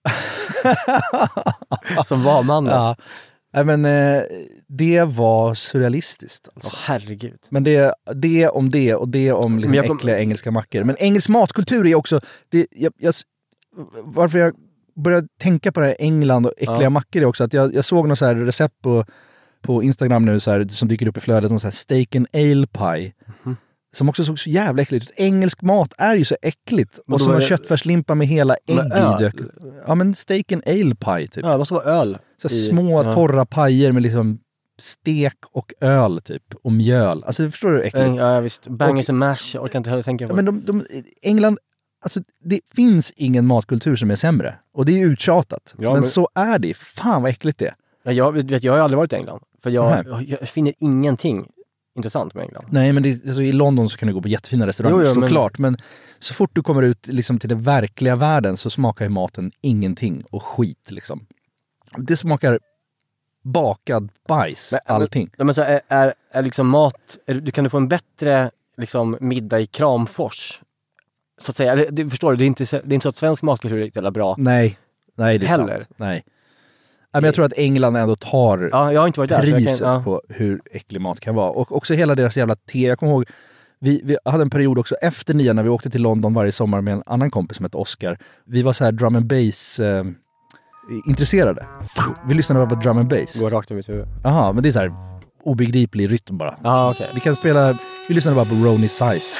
Som var mannen. Ja. Nej, men det var surrealistiskt alltså. Herregud. Men det om det och det om liksom äckliga engelska mackor. Men engelsk matkultur är också varför jag började tänka på det här England och äckliga mackor är också att jag såg något så här recept på Instagram nu så här, som dyker upp i flödet, som så här steak and ale pie. Som också såg så jävla äckligt ut. Engelsk mat är ju så äckligt. Och så en köttfärslimpa med hela ägg i. Ja, men steak and ale pie typ. Ja, det måste vara öl. Så små torra pajer med liksom stek och öl typ. Och mjöl. Alltså förstår du äckligt? Ja, visst. Bangers and mash. Jag orkar inte heller tänka på. Ja, men England, alltså det finns ingen matkultur som är sämre. Och det är uttjatat. Ja, men så är det. Fan vad äckligt det är. Ja, jag har aldrig varit i England. För jag finner ingenting intressant med England. Nej, men alltså, i London så kan du gå på jättefina restauranger, såklart. Men så fort du kommer ut liksom, till den verkliga världen så smakar ju maten ingenting och skit. Liksom. Det smakar bakad bajs, allting. Men så är liksom mat... Kan du få en bättre liksom, middag i Kramfors? Så att säga. Förstår du? Det är inte så att svensk matkultur är riktigt bra. Nej, det är heller. Sant. Nej. Men jag tror att England ändå tar jag har inte varit där, priset på hur äcklig mat kan vara. Och också hela deras jävla te. Jag kommer ihåg, vi hade en period också efter 9 när vi åkte till London varje sommar med en annan kompis som hette Oscar. Vi var så här drum and bass intresserade. Vi lyssnade bara på drum and bass. Går rakt i mitt huvud. Jaha, men det är så här obegriplig rytm bara. Okay. Vi lyssnade bara på Ronnie Size.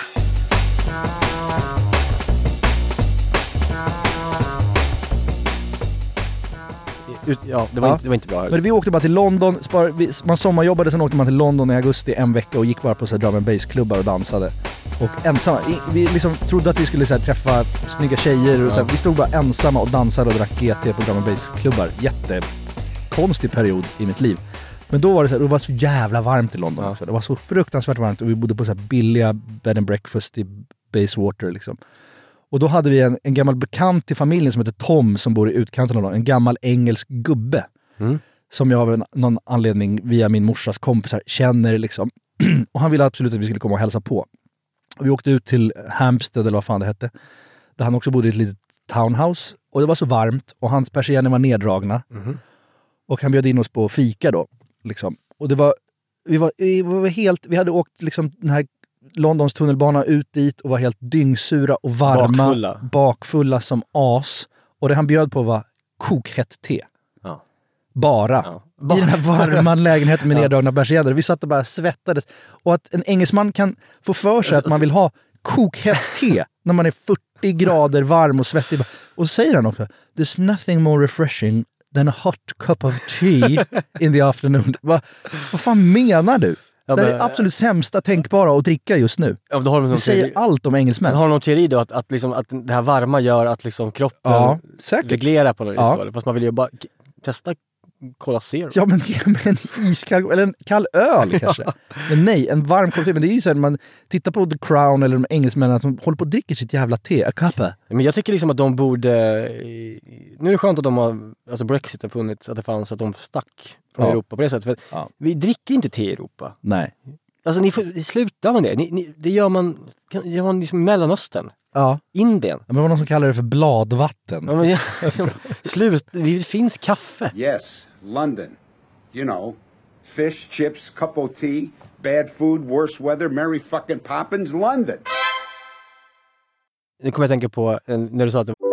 Det var inte bra. Men vi åkte bara till London, man sommarjobbade, sen åkte man till London i augusti 1 vecka och gick bara på så här drum and bass klubbar och dansade. Och ensamma, vi liksom trodde att vi skulle så här, träffa snygga tjejer och så här, vi stod bara ensamma och dansade och drack GT på drum and bass klubbar. Jättekonstig period i mitt liv. Men då var det så här, det var så jävla varmt i London också. Det var så fruktansvärt varmt och vi bodde på så här billiga bed and breakfast i Bayswater liksom. Och då hade vi en gammal bekant till familjen som heter Tom som bor i utkanten av en gammal engelsk gubbe. Som jag av någon anledning via min morsas kompisar känner liksom Och han ville absolut att vi skulle komma och hälsa på. Och vi åkte ut till Hampstead, eller vad fan det hette. Där han också bodde i ett litet townhouse. Och det var så varmt och hans persienner var neddragna. Och han bjöd in oss på fika då. Liksom. Och det var, vi hade åkt liksom den här Londons tunnelbana ut dit och var helt dyngsura och varma. Bakfulla som as. Och det han bjöd på var kokhett te. Ja. Bara. I den här varma lägenheten med neddragna persienner. Vi satt och bara svettades. Och att en engelsman kan få för sig att man vill ha kokhett te när man är 40 grader varm och svettig. Och så säger han också, there's nothing more refreshing than a hot cup of tea in the afternoon. Vad fan menar du? Ja, det är det absolut sämsta tänkbara att dricka just nu. Ja, då har de det säger allt om engelsmän. Har någon teori då att det här varma gör att liksom kroppen reglerar på något vis? Fast man vill ju bara testa Cola Zero. Ja, men en iskall eller en kall öl kanske. Men nej, en varm kopp te. Men det är ju så här, man tittar på The Crown eller de engelsmännen som håller på att dricka sitt jävla te, a cuppa. Men jag tycker liksom att de borde... Nu är det skönt att de har... Alltså Brexit har funnits, att det fanns att de stack från Europa på det sättet. För vi dricker inte te i Europa. Nej. Alltså ni får sluta med det. Det gör man liksom i Mellanöstern. Ja. Indien. Men det var någon som kallar det för bladvatten. Ja, men slut, det finns kaffe. Yes, London. You know, fish, chips, cup of tea, bad food, worse weather, Mary fucking Poppins, London. Nu kommer jag tänka på när du sa att det...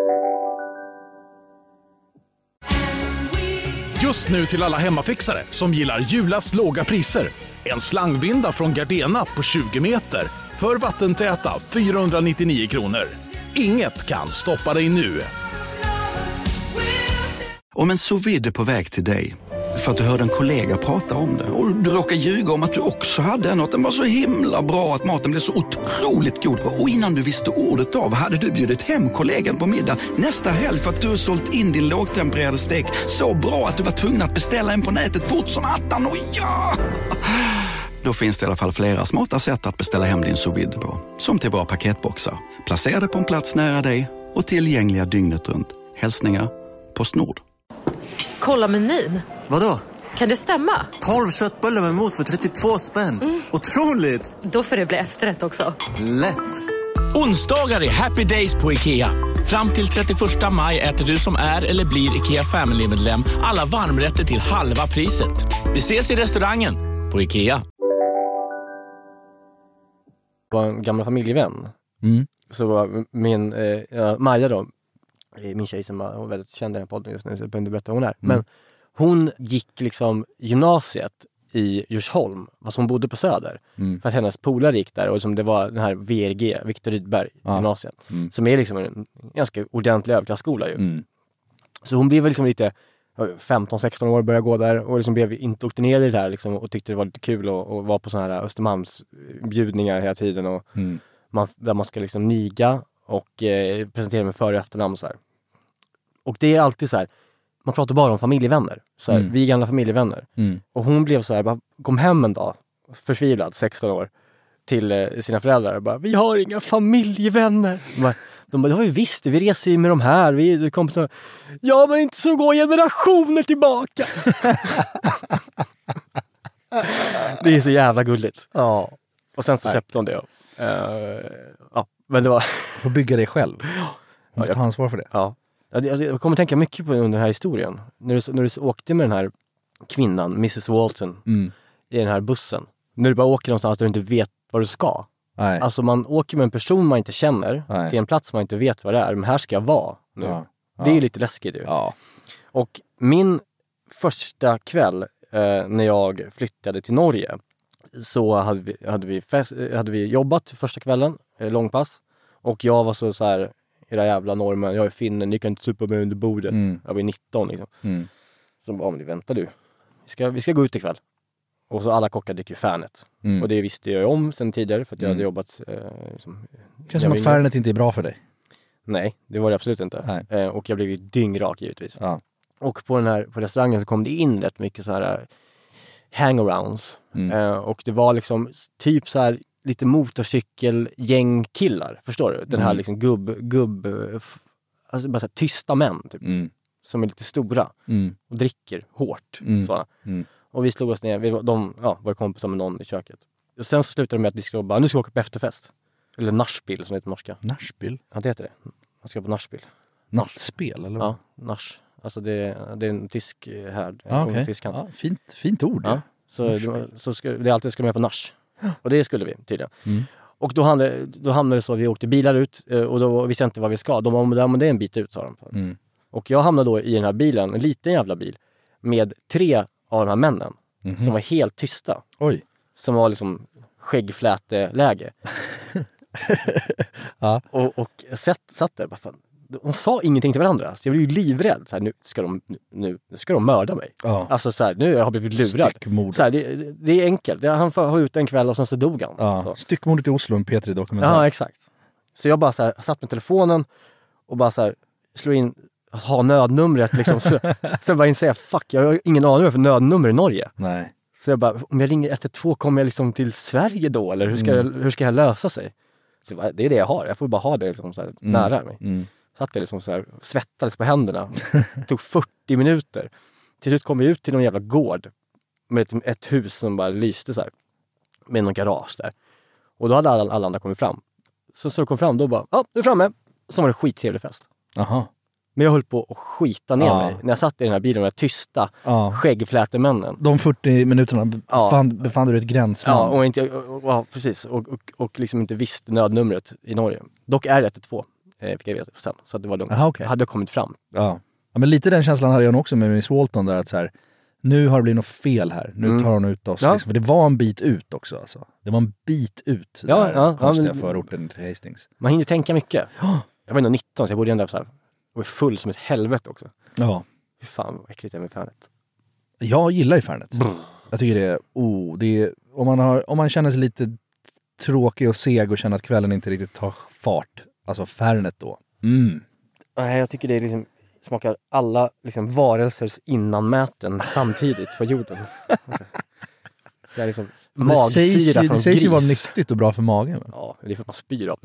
Just nu till alla hemmafixare som gillar Julas låga priser. En slangvinda från Gardena på 20 meter för vattentäta 499 kronor. Inget kan stoppa dig nu. Om en sous vide är på väg till dig för att du hörde en kollega prata om det och du råkar ljuga om att du också hade en och att den var så himla bra att maten blev så otroligt god. Och innan du visste ordet av hade du bjudit hem kollegan på middag nästa helg för att du har sålt in din lågtempererade stek så bra att du var tvungen att beställa en på nätet fort som attan. Och ja! Då finns det i alla fall flera smarta sätt att beställa hem din sous vide på. Som till våra paketboxar. Placerade på en plats nära dig och tillgängliga dygnet runt. Hälsningar Postnord. Kolla menyn. Vadå? Kan det stämma? 12 köttbullar med mos för 32 spänn. Otroligt! Då får det bli efterrätt också. Lätt! Onsdagar är happy days på IKEA. Fram till 31 maj äter du som är eller blir IKEA Family-medlem alla varmrätter till halva priset. Vi ses i restaurangen på IKEA. Var en gammal familjevän. Så var min Maja då, min tjej som var väldigt känd i den här podden just nu, så jag behöver inte berätta hon är. Men hon gick liksom gymnasiet i Djursholm, fast hon bodde på Söder. För att hennes polare gick där och liksom det var den här VRG, Viktor Rydberg gymnasiet. Som är liksom en ganska ordentlig överklassskola ju. Så hon blev liksom lite 15-16 år, började gå där och liksom blev indoktrinerad i det här liksom, och tyckte det var lite kul att vara på såna här Östermalmsbjudningar hela tiden och där man ska liksom niga och presentera med för- och efternamn och så här. Och det är alltid så här, man pratar bara om familjevänner. Så här, vi är gamla familjevänner. Och hon blev så här, bara kom hem en dag, förtvivlad, 16 år, till sina föräldrar och bara, vi har inga familjevänner. De bara, det har vi visst, vi reser ju med de här. Vi kommer till... Ja, men inte så går generationer tillbaka. Det är så jävla gulligt. Ja. Och sen så släppte de det. Ja, men det var... Du får bygga det själv. Du får ta ansvar för det. Ja. Jag kommer tänka mycket på under den här historien. När du åkte med den här kvinnan, Mrs. Walton, i den här bussen. När du bara åker någonstans där du inte vet vad du ska. Nej. Alltså man åker med en person man inte känner till en plats man inte vet vad det är. Men här ska jag vara nu. Ja. Det är ju lite läskigt ju. Ja. Och min första kväll när jag flyttade till Norge så hade vi jobbat första kvällen, långpass. Och jag var så här, era jävla normen, jag är finnen, ni kan inte supa mig under bordet. Jag var 19 liksom. Så bara, men vänta du. Vi ska gå ut ikväll. Och så alla kockar dricker Fernet. Och det visste jag om sen tidigare för att jag hade jobbat kanske som att Fernet inte är bra för dig. Nej, det var det absolut inte. Och jag blev ju dyngrak givetvis. Ja. Och på restaurangen så kom det in rätt mycket så här hangarounds. Och det var liksom typ så här lite motorcykelgängkillar, förstår du? Den här liksom alltså bara så här tysta män typ, som är lite stora och dricker hårt. Och vi slog oss ner, var kompisar med någon i köket. Och sen så slutade det med att vi skulle bara, nu ska vi åka på efterfest. Eller Naschspiel som det heter på norska. Naschspiel? Ja, det heter det. Man ska på Naschspiel. Nattspel, eller? Ja, Nasch. Alltså det är en tysk härd. Okay. Ja, fint ord. Ja. Så det är alltid ska med på Nasch. Och det skulle vi tydligen. Och då hamnade det så att vi åkte bilar ut och då visste jag inte vad vi ska. De var det är en bit ut, sa de. Och jag hamnade då i den här bilen, en liten jävla bil, med 3 av de här männen som var helt tysta. Oj. Som var liksom skäggfläte-läge. Ja. Och satt där bara, fan. De sa ingenting till varandra. Så jag blev ju livrädd. Så här, nu ska de mörda mig. Ja. Alltså så här, nu har jag blivit lurad. Så här, det är enkelt. Han får ha ut en kväll och sen så dog han. Ja. Styckmordet i Oslo, en P3-dokumentär. Ja, exakt. Så jag bara så här, satt med telefonen och bara så här, slog in ha nödnumret liksom. Sen bara inser jag, fuck, jag har ingen aning om för nödnummer i Norge. Nej. Så jag bara, om jag ringer 112 kommer jag liksom till Sverige då? Eller hur ska jag lösa sig? Så det är det jag har. Jag får bara ha det liksom så här, nära mig. Satt jag liksom så här, svettades på händerna. Det tog 40 minuter. Till slut kom vi ut till någon jävla gård. Med ett hus som bara lyste så här. Med någon garage där. Och då hade alla andra kommit fram. Så kom fram, då bara, du är framme. Så var det skittrevlig fest. Aha. Men jag höll på att skita ner mig. När jag satt i den här bilen med tysta skäggflätemännen. De 40 minuterna befann du i ett gränsland. Ja, precis. Och liksom inte visste nödnumret i Norge. Dock är det 112. Fick jag veta sen. Så att det var lugnt. Okay. Hade kommit fram. Ja, men lite den känslan hade jag också med Miss Walton där. Att så här, nu har det blivit något fel här. Nu tar hon ut oss. Ja. Liksom. För det var en bit ut också. Alltså. Det var en bit ut. Där konstiga förorten till Hastings. Man hinner tänka mycket. Jag var ändå 19 så jag bodde ändå så här. Och var full som ett helvete också. Ja. Hur fan vad äckligt det är med Fernet. Jag gillar ju Fernet. Jag tycker det är om man känner sig lite tråkig och seg och känner att kvällen inte riktigt tar fart. Alltså Fernet då. Nej, jag tycker det liksom smakar alla liksom varelsers innanmäten samtidigt för jorden. Alltså, så är liksom magsyra från gris. Det sägs ju vara nyttigt och bra för magen. Ja, det är för att man spyr av det.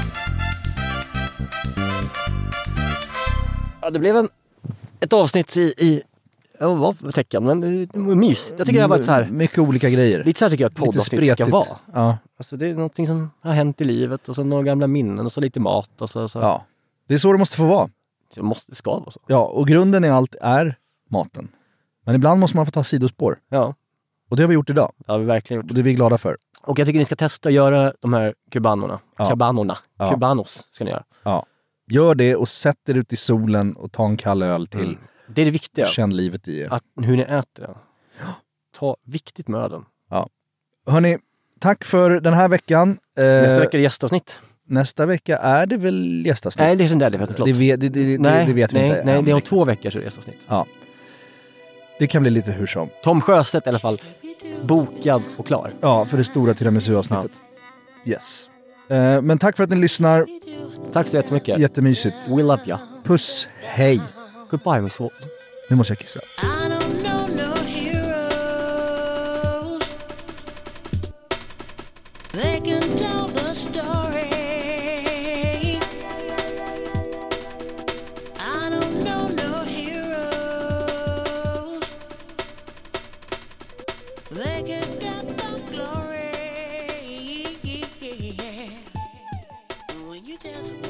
Ja, det blev ett avsnitt i vad för tecken, men det var mysigt. Jag tycker det har varit så här. Mycket olika grejer. Lite så här tycker jag att poddavsnitt ska vara. Ja. Alltså det är någonting som har hänt i livet och så några gamla minnen och så lite mat och så. Ja, det är så det måste få vara. Det ska vara så. Ja, och grunden i allt är maten. Men ibland måste man få ta sidospår. Ja. Och det har vi gjort idag. Ja, vi verkligen gjort. Och det är vi glada för. Och jag tycker ni ska testa att göra de här kubanorna. Ja. Kubanos ska ni göra. Ja. Gör det och sätt er ut i solen och ta en kall öl till. Det är det viktiga. Känn livet i er. Att hur ni äter det. Ta viktigt med ölen. Ja. Hörrni, tack för den här veckan. Nästa vecka är det gästavsnitt. Nästa vecka är det väl gästavsnitt? Nej, det är det vet det vet vi inte. Nej, det är om 2 veckor så är det gästavsnitt. Ja. Det kan bli lite hur som. Tom Sjöstedt i alla fall. Bokad och klar. Ja, för det stora tiramisu-avsnittet. Ja. Yes. Men tack för att ni lyssnar. Tack så jättemycket. Jättemysigt. We love you. Puss, hej. Goodbye, Miss Walton. Nu måste jag kissa. They can tell the story. I don't know no heroes. They can get the glory. When you just